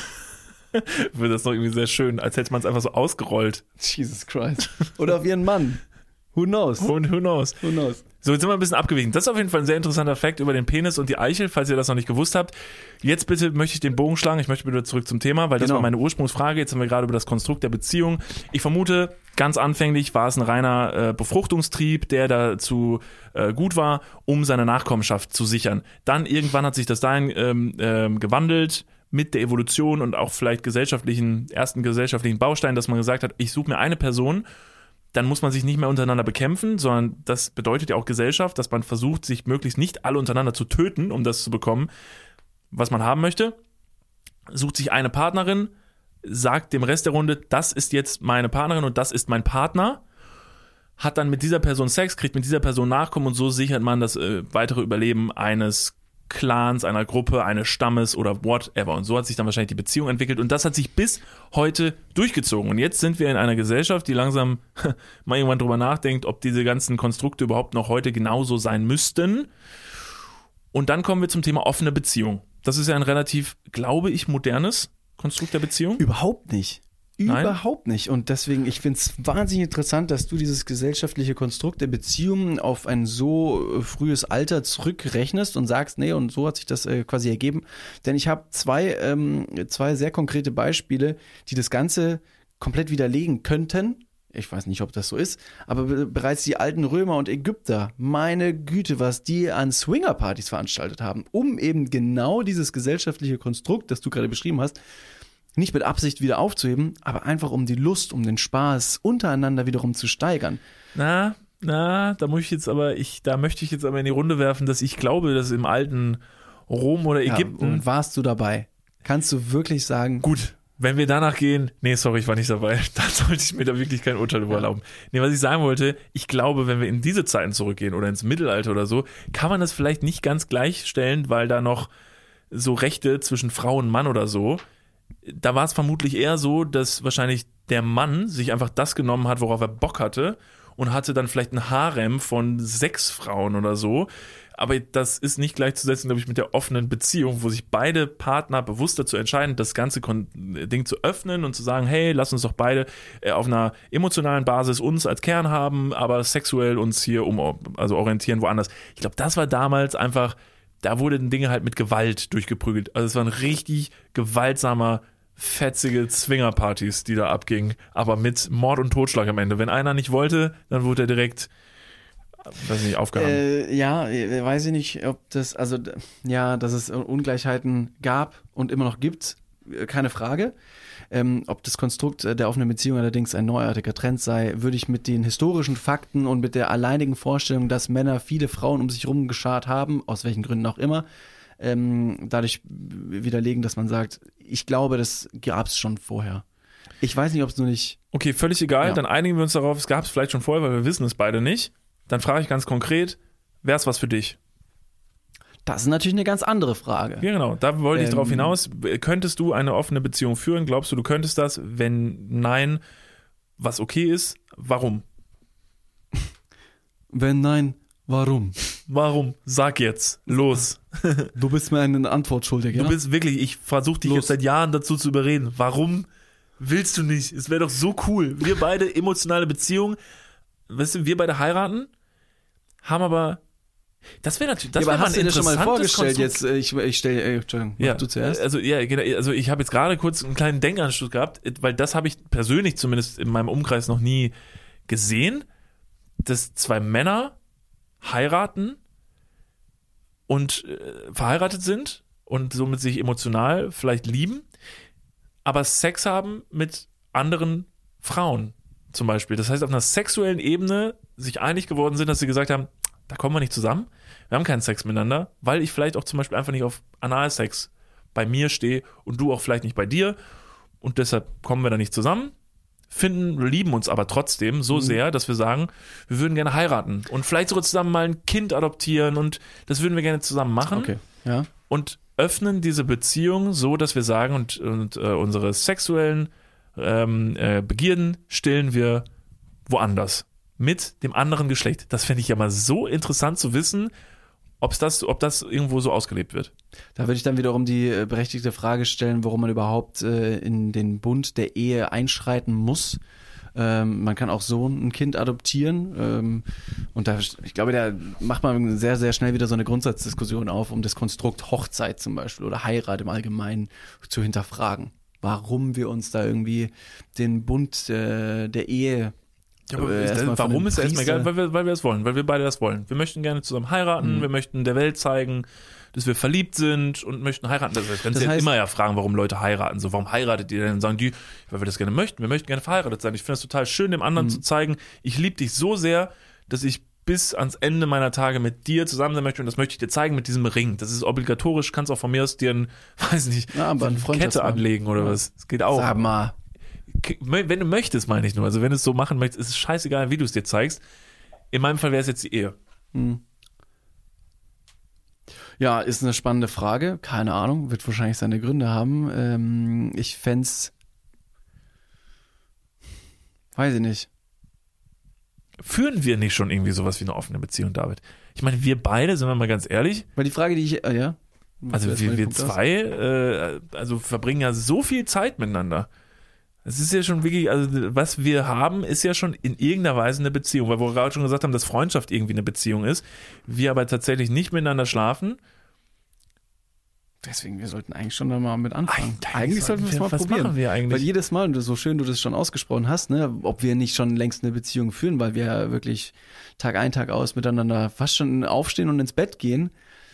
Wird das noch irgendwie sehr schön, als hätte man es einfach so ausgerollt. Jesus Christ. Oder auf ihren Mann. Who knows? Und who knows? Who knows? So, jetzt sind wir ein bisschen abgewichen. Das ist auf jeden Fall ein sehr interessanter Fakt über den Penis und die Eichel, falls ihr das noch nicht gewusst habt. Jetzt bitte möchte ich den Bogen schlagen. Ich möchte bitte zurück zum Thema, weil das Genau. war meine Ursprungsfrage. Jetzt haben wir gerade über das Konstrukt der Beziehung. Ich vermute, ganz anfänglich war es ein reiner äh, Befruchtungstrieb, der dazu äh, gut war, um seine Nachkommenschaft zu sichern. Dann irgendwann hat sich das dahin ähm, ähm, gewandelt mit der Evolution und auch vielleicht gesellschaftlichen, ersten gesellschaftlichen Bausteinen, dass man gesagt hat, ich suche mir eine Person, dann muss man sich nicht mehr untereinander bekämpfen, sondern das bedeutet ja auch Gesellschaft, dass man versucht, sich möglichst nicht alle untereinander zu töten, um das zu bekommen, was man haben möchte. Sucht sich eine Partnerin, sagt dem Rest der Runde, das ist jetzt meine Partnerin und das ist mein Partner, hat dann mit dieser Person Sex, kriegt mit dieser Person Nachkommen und so sichert man das äh, weitere Überleben eines Clans, einer Gruppe, eines Stammes oder whatever. Und so hat sich dann wahrscheinlich die Beziehung entwickelt und das hat sich bis heute durchgezogen. Und jetzt sind wir in einer Gesellschaft, die langsam mal irgendwann drüber nachdenkt, ob diese ganzen Konstrukte überhaupt noch heute genauso sein müssten. Und dann kommen wir zum Thema offene Beziehung. Das ist ja ein relativ, glaube ich, modernes Konstrukt der Beziehung. Überhaupt nicht. Nein? Überhaupt nicht. Und deswegen, ich finde es wahnsinnig interessant, dass du dieses gesellschaftliche Konstrukt der Beziehungen auf ein so äh, frühes Alter zurückrechnest und sagst, nee, und so hat sich das äh, quasi ergeben. Denn ich habe zwei, ähm, zwei sehr konkrete Beispiele, die das Ganze komplett widerlegen könnten. Ich weiß nicht, ob das so ist, aber be- bereits die alten Römer und Ägypter, meine Güte, was die an Swingerpartys veranstaltet haben, um eben genau dieses gesellschaftliche Konstrukt, das du gerade beschrieben hast, nicht mit Absicht wieder aufzuheben, aber einfach um die Lust, um den Spaß untereinander wiederum zu steigern. Na, na, da muss ich jetzt aber, ich, da möchte ich jetzt aber in die Runde werfen, dass ich glaube, dass im alten Rom oder Ägypten. Ja, und warst du dabei? Kannst du wirklich sagen, Gut, wenn wir danach gehen, nee, sorry, ich war nicht dabei, dann sollte ich mir da wirklich kein Urteil drüber erlauben. Nee, was ich sagen wollte, ich glaube, wenn wir in diese Zeiten zurückgehen oder ins Mittelalter oder so, kann man das vielleicht nicht ganz gleichstellen, weil da noch so Rechte zwischen Frau und Mann oder so, da war es vermutlich eher so, dass wahrscheinlich der Mann sich einfach das genommen hat, worauf er Bock hatte und hatte dann vielleicht ein Harem von sechs Frauen oder so. Aber das ist nicht gleichzusetzen, glaube ich, mit der offenen Beziehung, wo sich beide Partner bewusst dazu entscheiden, das ganze Kon- Ding zu öffnen und zu sagen, hey, lass uns doch beide äh, auf einer emotionalen Basis uns als Kern haben, aber sexuell uns hier um, also orientieren woanders. Ich glaube, das war damals einfach, da wurden Dinge halt mit Gewalt durchgeprügelt. Also es waren richtig gewaltsamer, fetzige Zwingerpartys, die da abgingen, aber mit Mord und Totschlag am Ende. Wenn einer nicht wollte, dann wurde er direkt, weiß nicht, aufgehangen. Äh, ja, äh, weiß ich nicht, ob das, also d- ja, dass es Ungleichheiten gab und immer noch gibt, äh, keine Frage. Ähm, ob das Konstrukt äh, der offenen Beziehung allerdings ein neuartiger Trend sei, würde ich mit den historischen Fakten und mit der alleinigen Vorstellung, dass Männer viele Frauen um sich herum geschart haben, aus welchen Gründen auch immer, ähm, dadurch widerlegen, dass man sagt, ich glaube, das gab es schon vorher. Ich weiß nicht, ob es nur nicht... Okay, völlig egal, Ja. dann einigen wir uns darauf, es gab es vielleicht schon vorher, weil wir wissen es beide nicht. Dann frage ich ganz konkret, wäre es was für dich? Das ist natürlich eine ganz andere Frage. Ja, genau, da wollte ich Ähm, drauf hinaus. Könntest du eine offene Beziehung führen? Glaubst du, du könntest das? Wenn nein, was okay ist, warum? Wenn nein, warum? Warum? Sag jetzt. Los. Du bist mir eine Antwort schuldig, ja? Du bist wirklich, ich versuche dich Los. jetzt seit Jahren dazu zu überreden. Warum willst du nicht? Es wäre doch so cool. Wir beide emotionale Beziehungen, weißt du, wir beide heiraten, haben aber, das wäre natürlich, das ja, wäre aber mal hast ein du dir schon mal interessantes vorgestellt, Konstrukt. jetzt, äh, ich, ich stelle, äh, Entschuldigung, mach Ja, du zuerst. also ja, genau, also ich habe jetzt gerade kurz einen kleinen Denkanstoß gehabt, weil das habe ich persönlich zumindest in meinem Umkreis noch nie gesehen, dass zwei Männer heiraten und äh, verheiratet sind und somit sich emotional vielleicht lieben, aber Sex haben mit anderen Frauen zum Beispiel. Das heißt, auf einer sexuellen Ebene sich einig geworden sind, dass sie gesagt haben, da kommen wir nicht zusammen, wir haben keinen Sex miteinander, weil ich vielleicht auch zum Beispiel einfach nicht auf Analsex bei mir stehe und du auch vielleicht nicht bei dir und deshalb kommen wir da nicht zusammen, finden, lieben uns aber trotzdem so sehr, dass wir sagen, wir würden gerne heiraten und vielleicht sogar zusammen mal ein Kind adoptieren und das würden wir gerne zusammen machen. Okay, ja. Und öffnen diese Beziehung so, dass wir sagen, und, und äh, unsere sexuellen ähm, äh, Begierden stillen wir woanders mit dem anderen Geschlecht. Das fände ich ja mal so interessant zu wissen, ob's das, ob das irgendwo so ausgelebt wird. Da würde ich dann wiederum die äh, berechtigte Frage stellen, warum man überhaupt äh, in den Bund der Ehe einschreiten muss. Ähm, man kann auch so ein Kind adoptieren. Ähm, und da, ich glaube, da macht man sehr, sehr schnell wieder so eine Grundsatzdiskussion auf, um das Konstrukt Hochzeit zum Beispiel oder Heirat im Allgemeinen zu hinterfragen. Warum wir uns da irgendwie den Bund äh, der Ehe Ja, aber äh, ist, erstmal von warum dem ist erstmal Priester- egal? Weil wir, weil wir es wollen, weil wir beide das wollen. Wir möchten gerne zusammen heiraten, Mhm. wir möchten der Welt zeigen, dass wir verliebt sind und möchten heiraten. Das heißt, kannst Das du ja heißt- immer ja fragen, warum Leute heiraten. So, warum heiratet ihr denn? Dann sagen die, weil wir das gerne möchten. Wir möchten gerne verheiratet sein. Ich finde es total schön, dem anderen Mhm. zu zeigen, ich liebe dich so sehr, dass ich bis ans Ende meiner Tage mit dir zusammen sein möchte und das möchte ich dir zeigen mit diesem Ring. Das ist obligatorisch, kannst auch von mir aus dir ein, weiß nicht, Ja, aber so ein eine Kette Freundschaftsband. anlegen oder Ja. was. Das geht auch. Sag mal. Wenn du möchtest, meine ich nur. Also wenn du es so machen möchtest, ist es scheißegal, wie du es dir zeigst. In meinem Fall wäre es jetzt die Ehe. Hm. Ja, ist eine spannende Frage. Keine Ahnung, wird wahrscheinlich seine Gründe haben. Ähm, ich fänd's, weiß ich nicht. Führen wir nicht schon irgendwie sowas wie eine offene Beziehung, David? Ich meine, wir beide, sind wir mal ganz ehrlich, Weil die Frage, die ich, äh, ja. also Erst mal wir, den wir Punkt aus. zwei, äh, also verbringen ja so viel Zeit miteinander. Es ist ja schon wirklich, also was wir haben, ist ja schon in irgendeiner Weise eine Beziehung, weil wir gerade schon gesagt haben, dass Freundschaft irgendwie eine Beziehung ist, wir aber tatsächlich nicht miteinander schlafen. Deswegen, wir sollten eigentlich schon da mal mit anfangen. Eigentlich Eigentlich sollten wir es mal was probieren. machen wir eigentlich? Weil jedes Mal, und so schön du das schon ausgesprochen hast, ne, ob wir nicht schon längst eine Beziehung führen, weil wir ja wirklich Tag ein, Tag aus miteinander fast schon aufstehen und ins Bett gehen.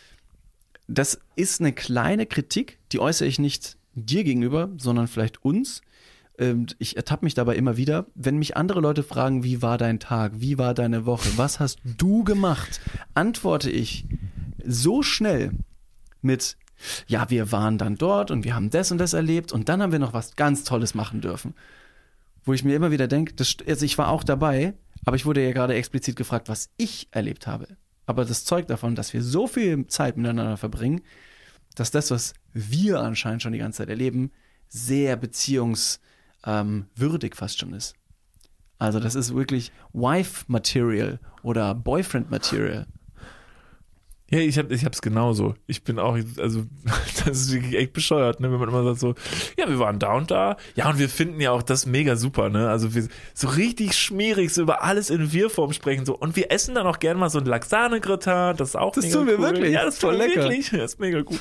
Das ist eine kleine Kritik, die äußere ich nicht dir gegenüber, sondern vielleicht uns. Und ich ertappe mich dabei immer wieder, wenn mich andere Leute fragen, wie war dein Tag, wie war deine Woche, was hast du gemacht, antworte ich so schnell mit, ja, wir waren dann dort und wir haben das und das erlebt und dann haben wir noch was ganz Tolles machen dürfen. Wo ich mir immer wieder denke, das, also ich war auch dabei, aber ich wurde ja gerade explizit gefragt, was ich erlebt habe. Aber das zeugt davon, dass wir so viel Zeit miteinander verbringen, dass das, was wir anscheinend schon die ganze Zeit erleben, sehr beziehungswürdig ähm, fast schon ist. Also das ist wirklich Wife-Material oder Boyfriend-Material. Ja, ich hab, ich hab's genauso. Ich bin auch, also, das ist wirklich echt bescheuert, ne, wenn man immer sagt so, ja, wir waren da und da. Ja, und wir finden ja auch das mega super, ne, also wir so richtig schmierig so über alles in Wir-Form sprechen, so, und wir essen dann auch gerne mal so ein Lasagne-Gratin, das ist auch Das mega tun wir cool. wirklich. Ja, das Voll tun wir lecker. wirklich. Das ist mega gut.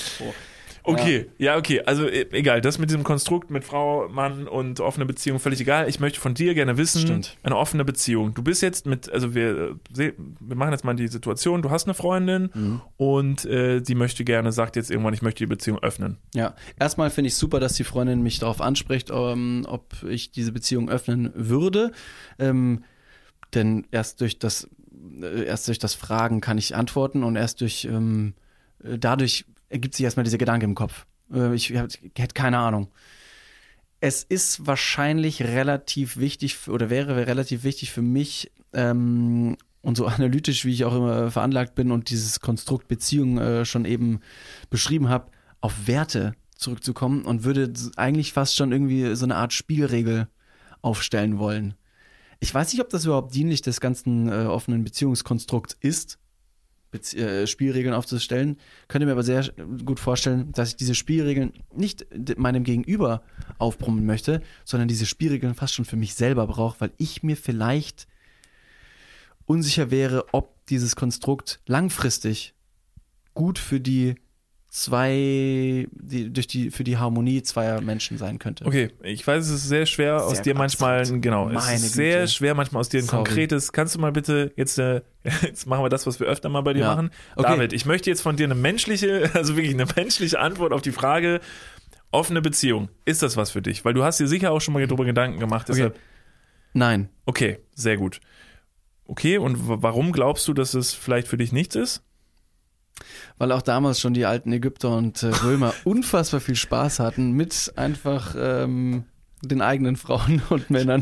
Okay, ja, okay, also e- egal, das mit diesem Konstrukt mit Frau, Mann und offene Beziehung, völlig egal. Ich möchte von dir gerne wissen, Stimmt. eine offene Beziehung. Du bist jetzt mit, also wir, äh, se- wir machen jetzt mal die Situation, du hast eine Freundin Mhm. und äh, die möchte gerne, sagt jetzt irgendwann, ich möchte die Beziehung öffnen. Ja, erstmal finde ich super, dass die Freundin mich darauf anspricht, ähm, ob ich diese Beziehung öffnen würde. Ähm, denn erst durch das, äh, erst durch das Fragen kann ich antworten und erst durch ähm, äh, dadurch ergibt sich erstmal dieser Gedanke im Kopf. Äh, ich hab- hätte keine Ahnung. Es ist wahrscheinlich relativ wichtig f- oder wäre relativ wichtig für mich, ähm, und so analytisch, wie ich auch immer veranlagt bin und dieses Konstrukt Beziehung äh, schon eben beschrieben habe, auf Werte zurückzukommen und würde s- eigentlich fast schon irgendwie so eine Art Spielregel aufstellen wollen. Ich weiß nicht, ob das überhaupt dienlich des ganzen äh, offenen Beziehungskonstrukts ist, Bezie- äh, Spielregeln aufzustellen. Könnte mir aber sehr gut vorstellen, dass ich diese Spielregeln nicht meinem Gegenüber aufbrummen möchte, sondern diese Spielregeln fast schon für mich selber brauche, weil ich mir vielleicht unsicher wäre, ob dieses Konstrukt langfristig gut für die zwei, die, durch die, für die Harmonie zweier Menschen sein könnte. Okay, ich weiß, es ist sehr schwer, aus Sehr dir manchmal, abstrakt. genau, es Meine ist sehr Güte. schwer, manchmal aus dir ein Sorry. konkretes, kannst du mal bitte, jetzt, äh, jetzt machen wir das, was wir öfter mal bei dir Ja. machen. Okay. David, ich möchte jetzt von dir eine menschliche, also wirklich eine menschliche Antwort auf die Frage, offene Beziehung, ist das was für dich? Weil du hast dir sicher auch schon mal darüber Gedanken gemacht. Okay. Deshalb, Nein. okay, sehr gut. Okay, und w- warum glaubst du, dass es vielleicht für dich nichts ist? Weil auch damals schon die alten Ägypter und äh, Römer unfassbar viel Spaß hatten mit einfach ähm, den eigenen Frauen und Männern.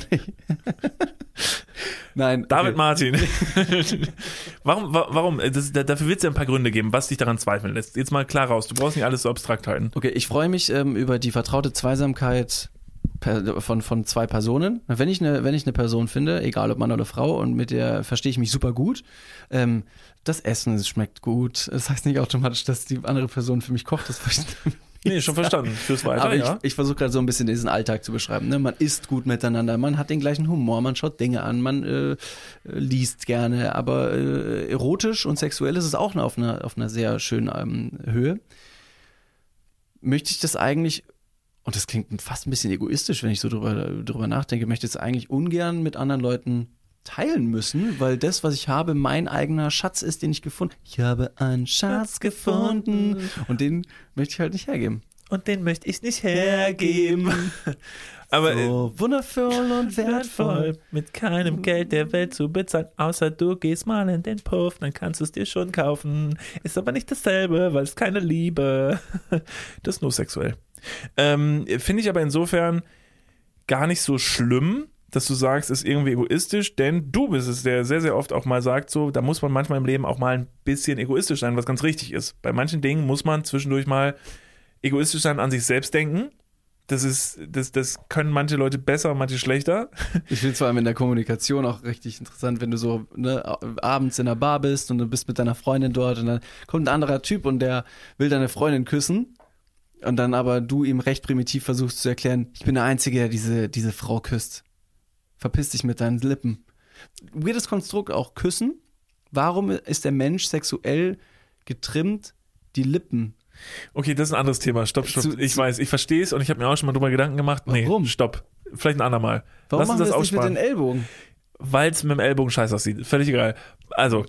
Nein. David okay. Martin. warum, wa- warum, das, da- dafür wird es ja ein paar Gründe geben, was dich daran zweifeln lässt. Jetzt mal klar raus, du brauchst nicht alles so abstrakt halten. Okay, ich freue mich ähm, über die vertraute Zweisamkeit per, von, von zwei Personen. Wenn ich, eine, wenn ich eine Person finde, egal ob Mann oder Frau, und mit der verstehe ich mich super gut, ähm, das Essen es schmeckt gut. Das heißt nicht automatisch, dass die andere Person für mich kocht. Das Nee, schon verstanden. Fürs Weiter, Aber ich, ja. ich versuche gerade so ein bisschen diesen Alltag zu beschreiben. Ne? Man isst gut miteinander, man hat den gleichen Humor, man schaut Dinge an, man äh, liest gerne, aber äh, erotisch und sexuell ist es auch auf einer, auf einer sehr schönen ähm, Höhe. Möchte ich das eigentlich, und das klingt fast ein bisschen egoistisch, wenn ich so drüber, drüber nachdenke, möchte ich es eigentlich ungern mit anderen Leuten teilen müssen, weil das, was ich habe, mein eigener Schatz ist, den ich gefunden habe. Ich habe einen Schatz gefunden und den möchte ich halt nicht hergeben. Und den möchte ich nicht hergeben. Aber So wundervoll und wertvoll. wertvoll, mit keinem Geld der Welt zu bezahlen, außer du gehst mal in den Puff, dann kannst du es dir schon kaufen. Ist aber nicht dasselbe, weil es keine Liebe. Das ist nur sexuell. Ähm, Finde ich aber insofern gar nicht so schlimm, dass du sagst, ist irgendwie egoistisch, denn du bist es, der sehr, sehr oft auch mal sagt, so, da muss man manchmal im Leben auch mal ein bisschen egoistisch sein, was ganz richtig ist. Bei manchen Dingen muss man zwischendurch mal egoistisch sein, an sich selbst denken. Das ist, das, das können manche Leute besser, manche schlechter. Ich finde es vor allem in der Kommunikation auch richtig interessant, wenn du so ne, abends in der Bar bist und du bist mit deiner Freundin dort und dann kommt ein anderer Typ und der will deine Freundin küssen und dann aber du ihm recht primitiv versuchst zu erklären, ich bin der Einzige, der diese, diese Frau küsst. Verpiss dich mit deinen Lippen. Weirdes Konstrukt, auch küssen. Warum ist der Mensch sexuell getrimmt, die Lippen? Okay, das ist ein anderes Thema. Stopp, stopp. Zu- ich zu- weiß, ich verstehe es und ich habe mir auch schon mal drüber Gedanken gemacht. Warum? Nee, stopp. Vielleicht ein andermal. Warum Lass uns machen das wir das nicht mit aussparen. den Ellbogen? Weil es mit dem Ellbogen scheiße aussieht. Völlig egal. Also,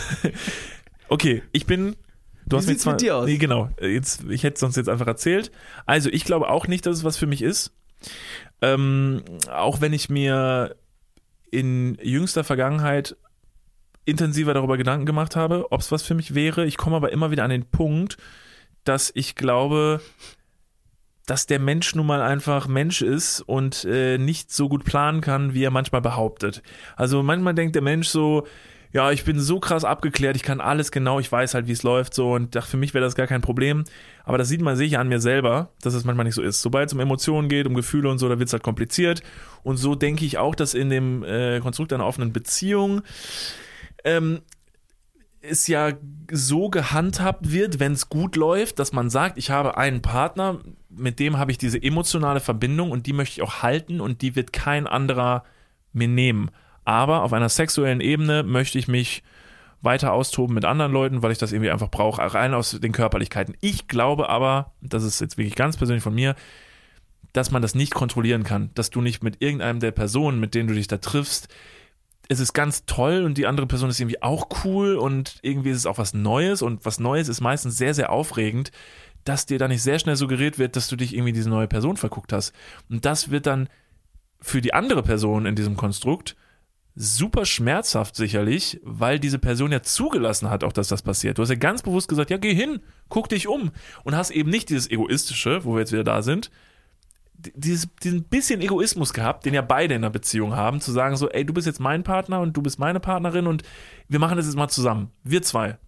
okay, ich bin. Du Wie hast mir sieht's zwar, mit dir aus? Nee, genau. Jetzt, ich hätte es sonst jetzt einfach erzählt. Also, ich glaube auch nicht, dass es was für mich ist. Ähm, auch wenn ich mir in jüngster Vergangenheit intensiver darüber Gedanken gemacht habe, ob es was für mich wäre. Ich komme aber immer wieder an den Punkt, dass ich glaube, dass der Mensch nun mal einfach Mensch ist und äh, nicht so gut planen kann, wie er manchmal behauptet. Also manchmal denkt der Mensch so, ja, ich bin so krass abgeklärt, ich kann alles genau, ich weiß halt, wie es läuft so und dachte, für mich wäre das gar kein Problem. Aber das sieht man sicher an mir selber, dass es manchmal nicht so ist. Sobald es um Emotionen geht, um Gefühle und so, da wird es halt kompliziert. Und so denke ich auch, dass in dem äh, Konstrukt einer offenen Beziehung ähm, es ja so gehandhabt wird, wenn es gut läuft, dass man sagt, ich habe einen Partner, mit dem habe ich diese emotionale Verbindung und die möchte ich auch halten und die wird kein anderer mir nehmen. Aber auf einer sexuellen Ebene möchte ich mich weiter austoben mit anderen Leuten, weil ich das irgendwie einfach brauche, rein aus den Körperlichkeiten. Ich glaube aber, das ist jetzt wirklich ganz persönlich von mir, dass man das nicht kontrollieren kann, dass du nicht mit irgendeinem der Personen, mit denen du dich da triffst, es ist ganz toll und die andere Person ist irgendwie auch cool und irgendwie ist es auch was Neues und was Neues ist meistens sehr, sehr aufregend, dass dir da nicht sehr schnell suggeriert wird, dass du dich irgendwie in diese neue Person verguckt hast. Und das wird dann für die andere Person in diesem Konstrukt super schmerzhaft sicherlich, weil diese Person ja zugelassen hat, auch dass das passiert. Du hast ja ganz bewusst gesagt, ja, geh hin, guck dich um und hast eben nicht dieses Egoistische, wo wir jetzt wieder da sind, dieses, diesen bisschen Egoismus gehabt, den ja beide in einer Beziehung haben, zu sagen so, ey, du bist jetzt mein Partner und du bist meine Partnerin und wir machen das jetzt mal zusammen, wir zwei.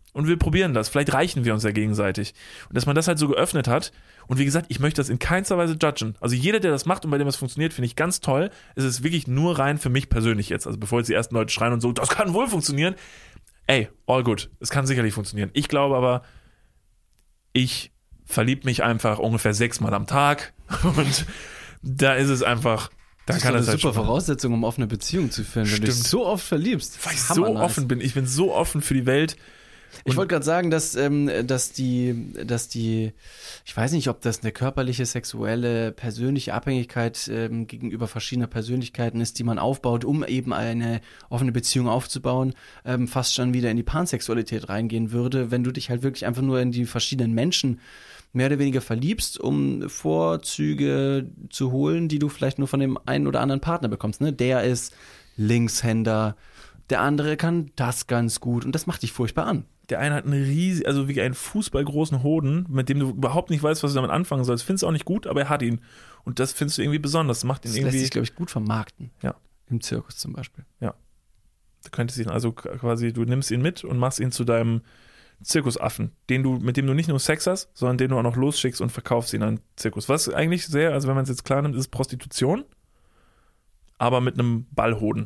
und wir probieren das. Vielleicht reichen wir uns ja gegenseitig. Und dass man das halt so geöffnet hat. Und wie gesagt, ich möchte das in keinster Weise judgen. Also jeder, der das macht und bei dem das funktioniert, finde ich ganz toll. Es ist wirklich nur rein für mich persönlich jetzt. Also bevor jetzt die ersten Leute schreien und so, das kann wohl funktionieren. Ey, all good. Es kann sicherlich funktionieren. Ich glaube aber, ich verliebe mich einfach ungefähr sechsmal am Tag. Und da ist es einfach... Da das kann ist das eine halt super schon Voraussetzung, um offene Beziehungen zu führen, wenn du dich Stimmt. so oft verliebst. Weil ich Hammer so nice. offen bin. Ich bin so offen für die Welt. Ich Und- wollte gerade sagen, dass, ähm, dass die, dass die, ich weiß nicht, ob das eine körperliche, sexuelle, persönliche Abhängigkeit ähm, gegenüber verschiedener Persönlichkeiten ist, die man aufbaut, um eben eine offene Beziehung aufzubauen, ähm, fast schon wieder in die Pansexualität reingehen würde, wenn du dich halt wirklich einfach nur in die verschiedenen Menschen mehr oder weniger verliebst, um Vorzüge zu holen, die du vielleicht nur von dem einen oder anderen Partner bekommst. Ne? Der ist Linkshänder, der andere kann das ganz gut und das macht dich furchtbar an. Der eine hat einen riesigen, also wie einen fußballgroßen Hoden, mit dem du überhaupt nicht weißt, was du damit anfangen sollst. Findest du auch nicht gut, aber er hat ihn. Und das findest du irgendwie besonders. Das macht ihn Das irgendwie. lässt sich, glaube ich, gut vermarkten. Ja. Im Zirkus zum Beispiel. Du könntest ihn also quasi, du nimmst ihn mit und machst ihn zu deinem Zirkusaffen, den du, mit dem du nicht nur Sex hast, sondern den du auch noch losschickst und verkaufst ihn an den Zirkus. Was eigentlich sehr, also wenn man es jetzt klar nimmt, ist Prostitution, aber mit einem Ballhoden.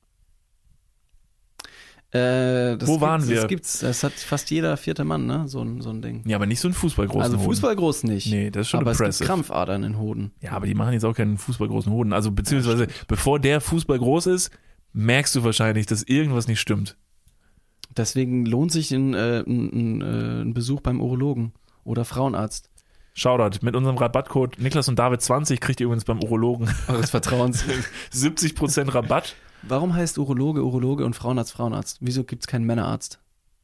Äh, das Wo waren gibt's, wir? Das gibt's, das hat fast jeder vierte Mann, ne? So ein, so ein Ding. Ja, aber nicht so einen fußballgroßen Also Hoden. Fußball groß nicht. Nee, das ist schon aber es gibt impressive. Krampfadern in Hoden. Ja, aber die machen jetzt auch keinen fußballgroßen Hoden. Also beziehungsweise, bevor der Fußball groß ist, merkst du wahrscheinlich, dass irgendwas nicht stimmt. Deswegen lohnt sich ein, äh, ein, ein, äh, ein Besuch beim Urologen oder Frauenarzt. Shoutout, mit unserem Rabattcode Niklas und David zwanzig kriegt ihr übrigens beim Urologen Eures Vertrauens. siebzig Prozent Rabatt. Warum heißt Urologe Urologe und Frauenarzt Frauenarzt? Wieso gibt's keinen Männerarzt?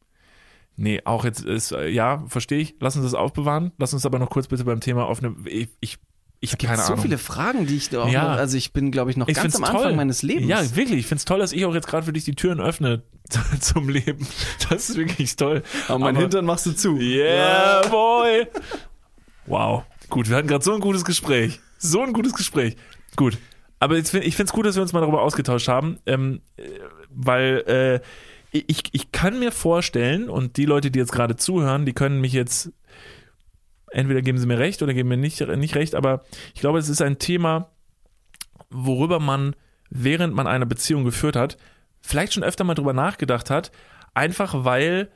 Nee, auch jetzt ist, äh, ja, verstehe ich. Lass uns das aufbewahren. Lass uns aber noch kurz bitte beim Thema offene, ich, ich, ich habe keine Gibt's so Ahnung. viele Fragen, die ich da auch Ja. noch, also ich bin, glaube ich, noch Ich ganz find's am Anfang toll. meines Lebens. Ja, wirklich. Ich finde es toll, dass ich auch jetzt gerade für dich die Türen öffne zum Leben. Das ist wirklich toll. aber mein Aber- Hintern machst du zu. Yeah, boy. Wow. Gut, wir hatten gerade so ein gutes Gespräch. So ein gutes Gespräch. Gut. Aber jetzt find, ich finde es gut, dass wir uns mal darüber ausgetauscht haben, ähm, äh, weil äh, ich, ich kann mir vorstellen, und die Leute, die jetzt gerade zuhören, die können mich jetzt, entweder geben sie mir recht oder geben mir nicht, nicht recht, aber ich glaube, es ist ein Thema, worüber man, während man eine Beziehung geführt hat, vielleicht schon öfter mal drüber nachgedacht hat, einfach weil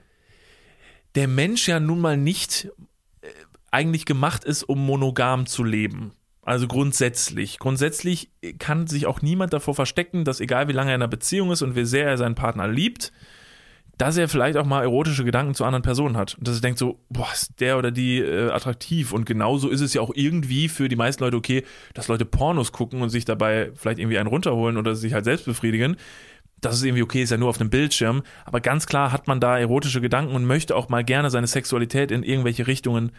der Mensch ja nun mal nicht äh, eigentlich gemacht ist, um monogam zu leben. Also grundsätzlich. Grundsätzlich kann sich auch niemand davor verstecken, dass egal wie lange er in einer Beziehung ist und wie sehr er seinen Partner liebt, dass er vielleicht auch mal erotische Gedanken zu anderen Personen hat. Und dass er denkt so, boah, ist der oder die äh, attraktiv. Und genauso ist es ja auch irgendwie für die meisten Leute okay, dass Leute Pornos gucken und sich dabei vielleicht irgendwie einen runterholen oder sich halt selbst befriedigen. Das ist irgendwie okay, ist ja nur auf einem Bildschirm. Aber ganz klar hat man da erotische Gedanken und möchte auch mal gerne seine Sexualität in irgendwelche Richtungen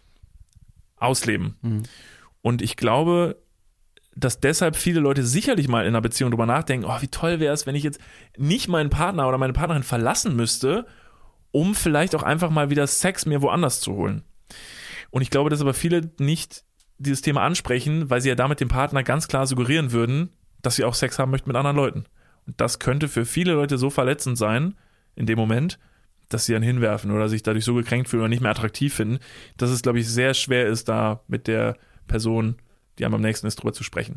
ausleben. Mhm. Und ich glaube, dass deshalb viele Leute sicherlich mal in einer Beziehung drüber nachdenken, oh, wie toll wäre es, wenn ich jetzt nicht meinen Partner oder meine Partnerin verlassen müsste, um vielleicht auch einfach mal wieder Sex mir woanders zu holen. Und ich glaube, dass aber viele nicht dieses Thema ansprechen, weil sie ja damit dem Partner ganz klar suggerieren würden, dass sie auch Sex haben möchten mit anderen Leuten. Und das könnte für viele Leute so verletzend sein, in dem Moment, dass sie dann hinwerfen oder sich dadurch so gekränkt fühlen oder nicht mehr attraktiv finden, dass es, glaube ich, sehr schwer ist, da mit der Person, die einem am nächsten ist, drüber zu sprechen.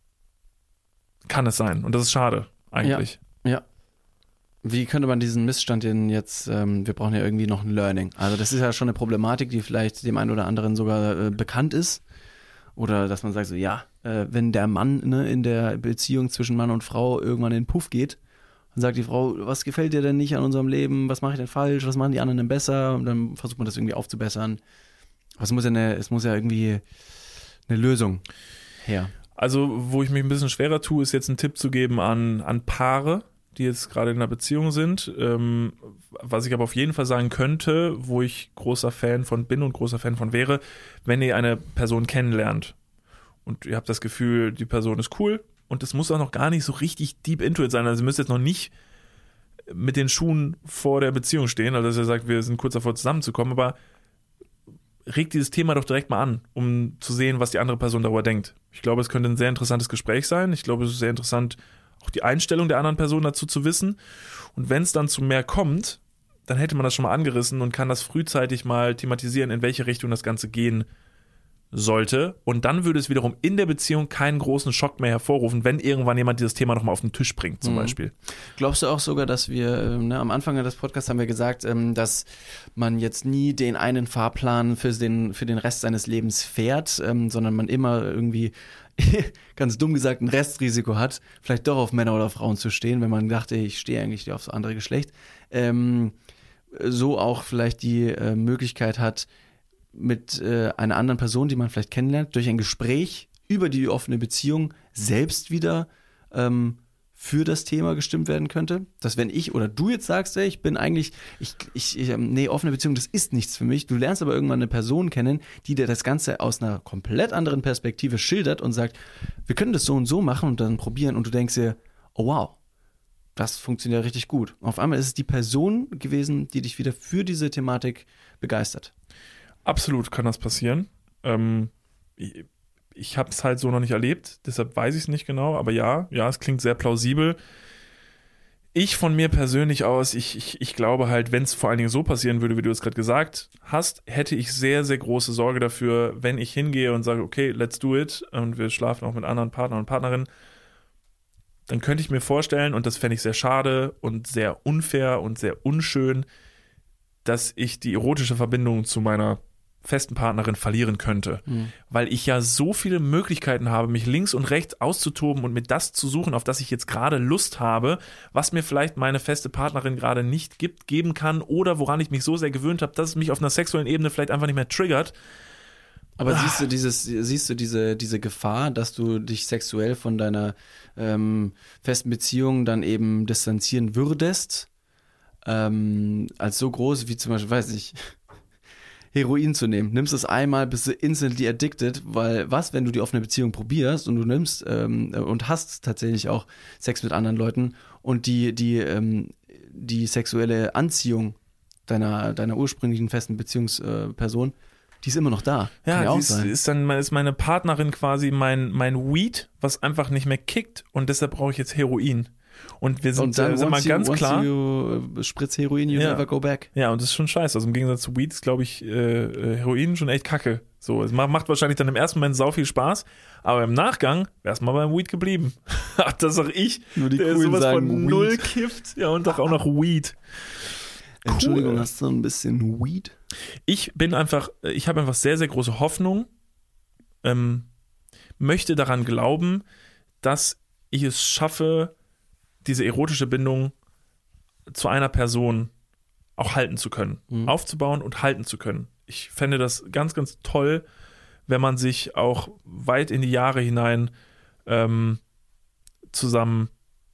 Kann es sein. Und das ist schade, eigentlich. Ja. Wie könnte man diesen Missstand denn jetzt, ähm, wir brauchen ja irgendwie noch ein Learning. Also das ist ja schon eine Problematik, die vielleicht dem einen oder anderen sogar äh, bekannt ist. Oder dass man sagt so, ja, äh, wenn der Mann ne, in der Beziehung zwischen Mann und Frau irgendwann in den Puff geht, dann sagt die Frau, was gefällt dir denn nicht an unserem Leben, was mache ich denn falsch, was machen die anderen denn besser? Und dann versucht man das irgendwie aufzubessern. Aber es muss ja, eine, es muss ja irgendwie eine Lösung her. Also, wo ich mich ein bisschen schwerer tue, ist jetzt einen Tipp zu geben an, an Paare, die jetzt gerade in einer Beziehung sind. Ähm, was ich aber auf jeden Fall sagen könnte, wo ich großer Fan von bin und großer Fan von wäre, wenn ihr eine Person kennenlernt und ihr habt das Gefühl, die Person ist cool und es muss auch noch gar nicht so richtig deep into it sein. Also ihr müsst jetzt noch nicht mit den Schuhen vor der Beziehung stehen, also dass ihr sagt, wir sind kurz davor zusammenzukommen, aber regt dieses Thema doch direkt mal an, um zu sehen, was die andere Person darüber denkt. Ich glaube, es könnte ein sehr interessantes Gespräch sein. Ich glaube, es ist sehr interessant, auch die Einstellung der anderen Person dazu zu wissen. Und wenn es dann zu mehr kommt, dann hätte man das schon mal angerissen und kann das frühzeitig mal thematisieren, in welche Richtung das Ganze gehen sollte. Und dann würde es wiederum in der Beziehung keinen großen Schock mehr hervorrufen, wenn irgendwann jemand dieses Thema nochmal auf den Tisch bringt, zum mhm. Beispiel. Glaubst du auch sogar, dass wir, ne, am Anfang des Podcasts haben wir gesagt, ähm, dass man jetzt nie den einen Fahrplan für den, für den Rest seines Lebens fährt, ähm, sondern man immer irgendwie, ganz dumm gesagt, ein Restrisiko hat, vielleicht doch auf Männer oder Frauen zu stehen, wenn man dachte, ich stehe eigentlich aufs andere Geschlecht. Ähm, so auch vielleicht die äh, Möglichkeit hat, mit äh, einer anderen Person, die man vielleicht kennenlernt, durch ein Gespräch über die offene Beziehung selbst wieder ähm, für das Thema gestimmt werden könnte. Dass wenn ich oder du jetzt sagst, ey, ich bin eigentlich, ich, ich, ich nee, offene Beziehung, das ist nichts für mich. Du lernst aber irgendwann eine Person kennen, die dir das Ganze aus einer komplett anderen Perspektive schildert und sagt, wir können das so und so machen und dann probieren und du denkst dir, oh wow, das funktioniert richtig gut. Auf einmal ist es die Person gewesen, die dich wieder für diese Thematik begeistert. Absolut kann das passieren. Ähm, ich ich habe es halt so noch nicht erlebt, deshalb weiß ich es nicht genau, aber ja, ja, es klingt sehr plausibel. Ich von mir persönlich aus, ich, ich, ich glaube halt, wenn es vor allen Dingen so passieren würde, wie du es gerade gesagt hast, hätte ich sehr, sehr große Sorge dafür, wenn ich hingehe und sage, okay, let's do it und wir schlafen auch mit anderen Partnern und Partnerinnen, dann könnte ich mir vorstellen, und das fände ich sehr schade und sehr unfair und sehr unschön, dass ich die erotische Verbindung zu meiner festen Partnerin verlieren könnte, mhm. weil ich ja so viele Möglichkeiten habe, mich links und rechts auszutoben und mir das zu suchen, auf das ich jetzt gerade Lust habe, was mir vielleicht meine feste Partnerin gerade nicht gibt, geben kann oder woran ich mich so sehr gewöhnt habe, dass es mich auf einer sexuellen Ebene vielleicht einfach nicht mehr triggert. Aber ah. siehst du dieses, siehst du diese, diese Gefahr, dass du dich sexuell von deiner ähm, festen Beziehung dann eben distanzieren würdest, ähm, als so groß wie zum Beispiel, weiß ich, Heroin zu nehmen. Nimmst es einmal, bist du instantly addicted, weil was, wenn du die offene Beziehung probierst und du nimmst ähm, und hast tatsächlich auch Sex mit anderen Leuten und die, die, ähm, die sexuelle Anziehung deiner, deiner ursprünglichen festen Beziehungsperson, die ist immer noch da. Ja, ja die ist, ist dann ist meine Partnerin quasi mein, mein Weed, was einfach nicht mehr kickt und deshalb brauche ich jetzt Heroin. Und wir sind, und dann, äh, sind mal ganz you, klar. You spritz Heroin, you ja. never go back. Ja, und das ist schon scheiße. Also im Gegensatz zu Weed ist, glaube ich, äh, Heroin schon echt kacke. So, es macht wahrscheinlich dann im ersten Moment sau viel Spaß, aber im Nachgang wär's mal beim Weed geblieben. Ach, das sag ich. Nur die der Coolen sowas sagen von Weed. Null kifft. Ja, und doch auch noch Weed. Cool. Entschuldigung, Cool. hast du ein bisschen Weed? Ich bin einfach, ich habe einfach sehr, sehr große Hoffnung, ähm, möchte daran glauben, dass ich es schaffe, diese erotische Bindung zu einer Person auch halten zu können, mhm. aufzubauen und halten zu können. Ich fände das ganz, ganz toll, wenn man sich auch weit in die Jahre hinein ähm, zusammen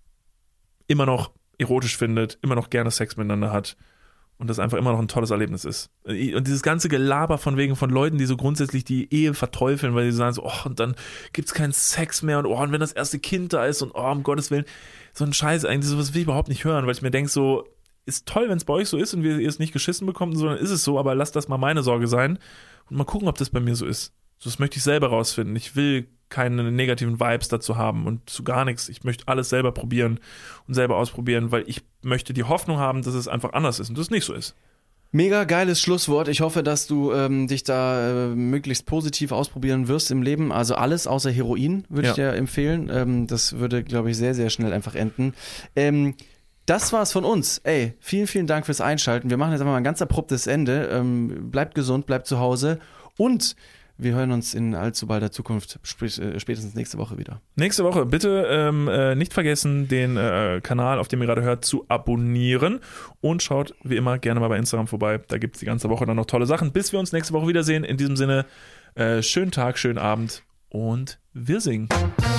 immer noch erotisch findet, immer noch gerne Sex miteinander hat und das einfach immer noch ein tolles Erlebnis ist. Und dieses ganze Gelaber von wegen von Leuten, die so grundsätzlich die Ehe verteufeln, weil sie sagen so, oh, und dann gibt's keinen Sex mehr und oh, und wenn das erste Kind da ist und oh, um Gottes Willen, so ein Scheiß eigentlich, sowas will ich überhaupt nicht hören, weil ich mir denke so, ist toll, wenn es bei euch so ist und ihr es nicht geschissen bekommt, sondern ist es so, aber lasst das mal meine Sorge sein und mal gucken, ob das bei mir so ist. Das möchte ich selber rausfinden. Ich will keine negativen Vibes dazu haben und zu gar nichts. Ich möchte alles selber probieren und selber ausprobieren, weil ich möchte die Hoffnung haben, dass es einfach anders ist und dass es nicht so ist. Mega geiles Schlusswort. Ich hoffe, dass du ähm, dich da äh, möglichst positiv ausprobieren wirst im Leben. Also alles außer Heroin würde Ja. ich dir empfehlen. Ähm, das würde, glaube ich, sehr, sehr schnell einfach enden. Ähm, das war's von uns. Ey, vielen, vielen Dank fürs Einschalten. Wir machen jetzt einfach mal ein ganz abruptes Ende. Ähm, bleibt gesund, bleibt zu Hause und wir hören uns in allzu balder Zukunft, spätestens nächste Woche wieder. Nächste Woche bitte ähm, äh, nicht vergessen, den äh, Kanal, auf dem ihr gerade hört, zu abonnieren und schaut wie immer gerne mal bei Instagram vorbei. Da gibt es die ganze Woche dann noch tolle Sachen. Bis wir uns nächste Woche wiedersehen. In diesem Sinne, äh, schönen Tag, schönen Abend und wir singen.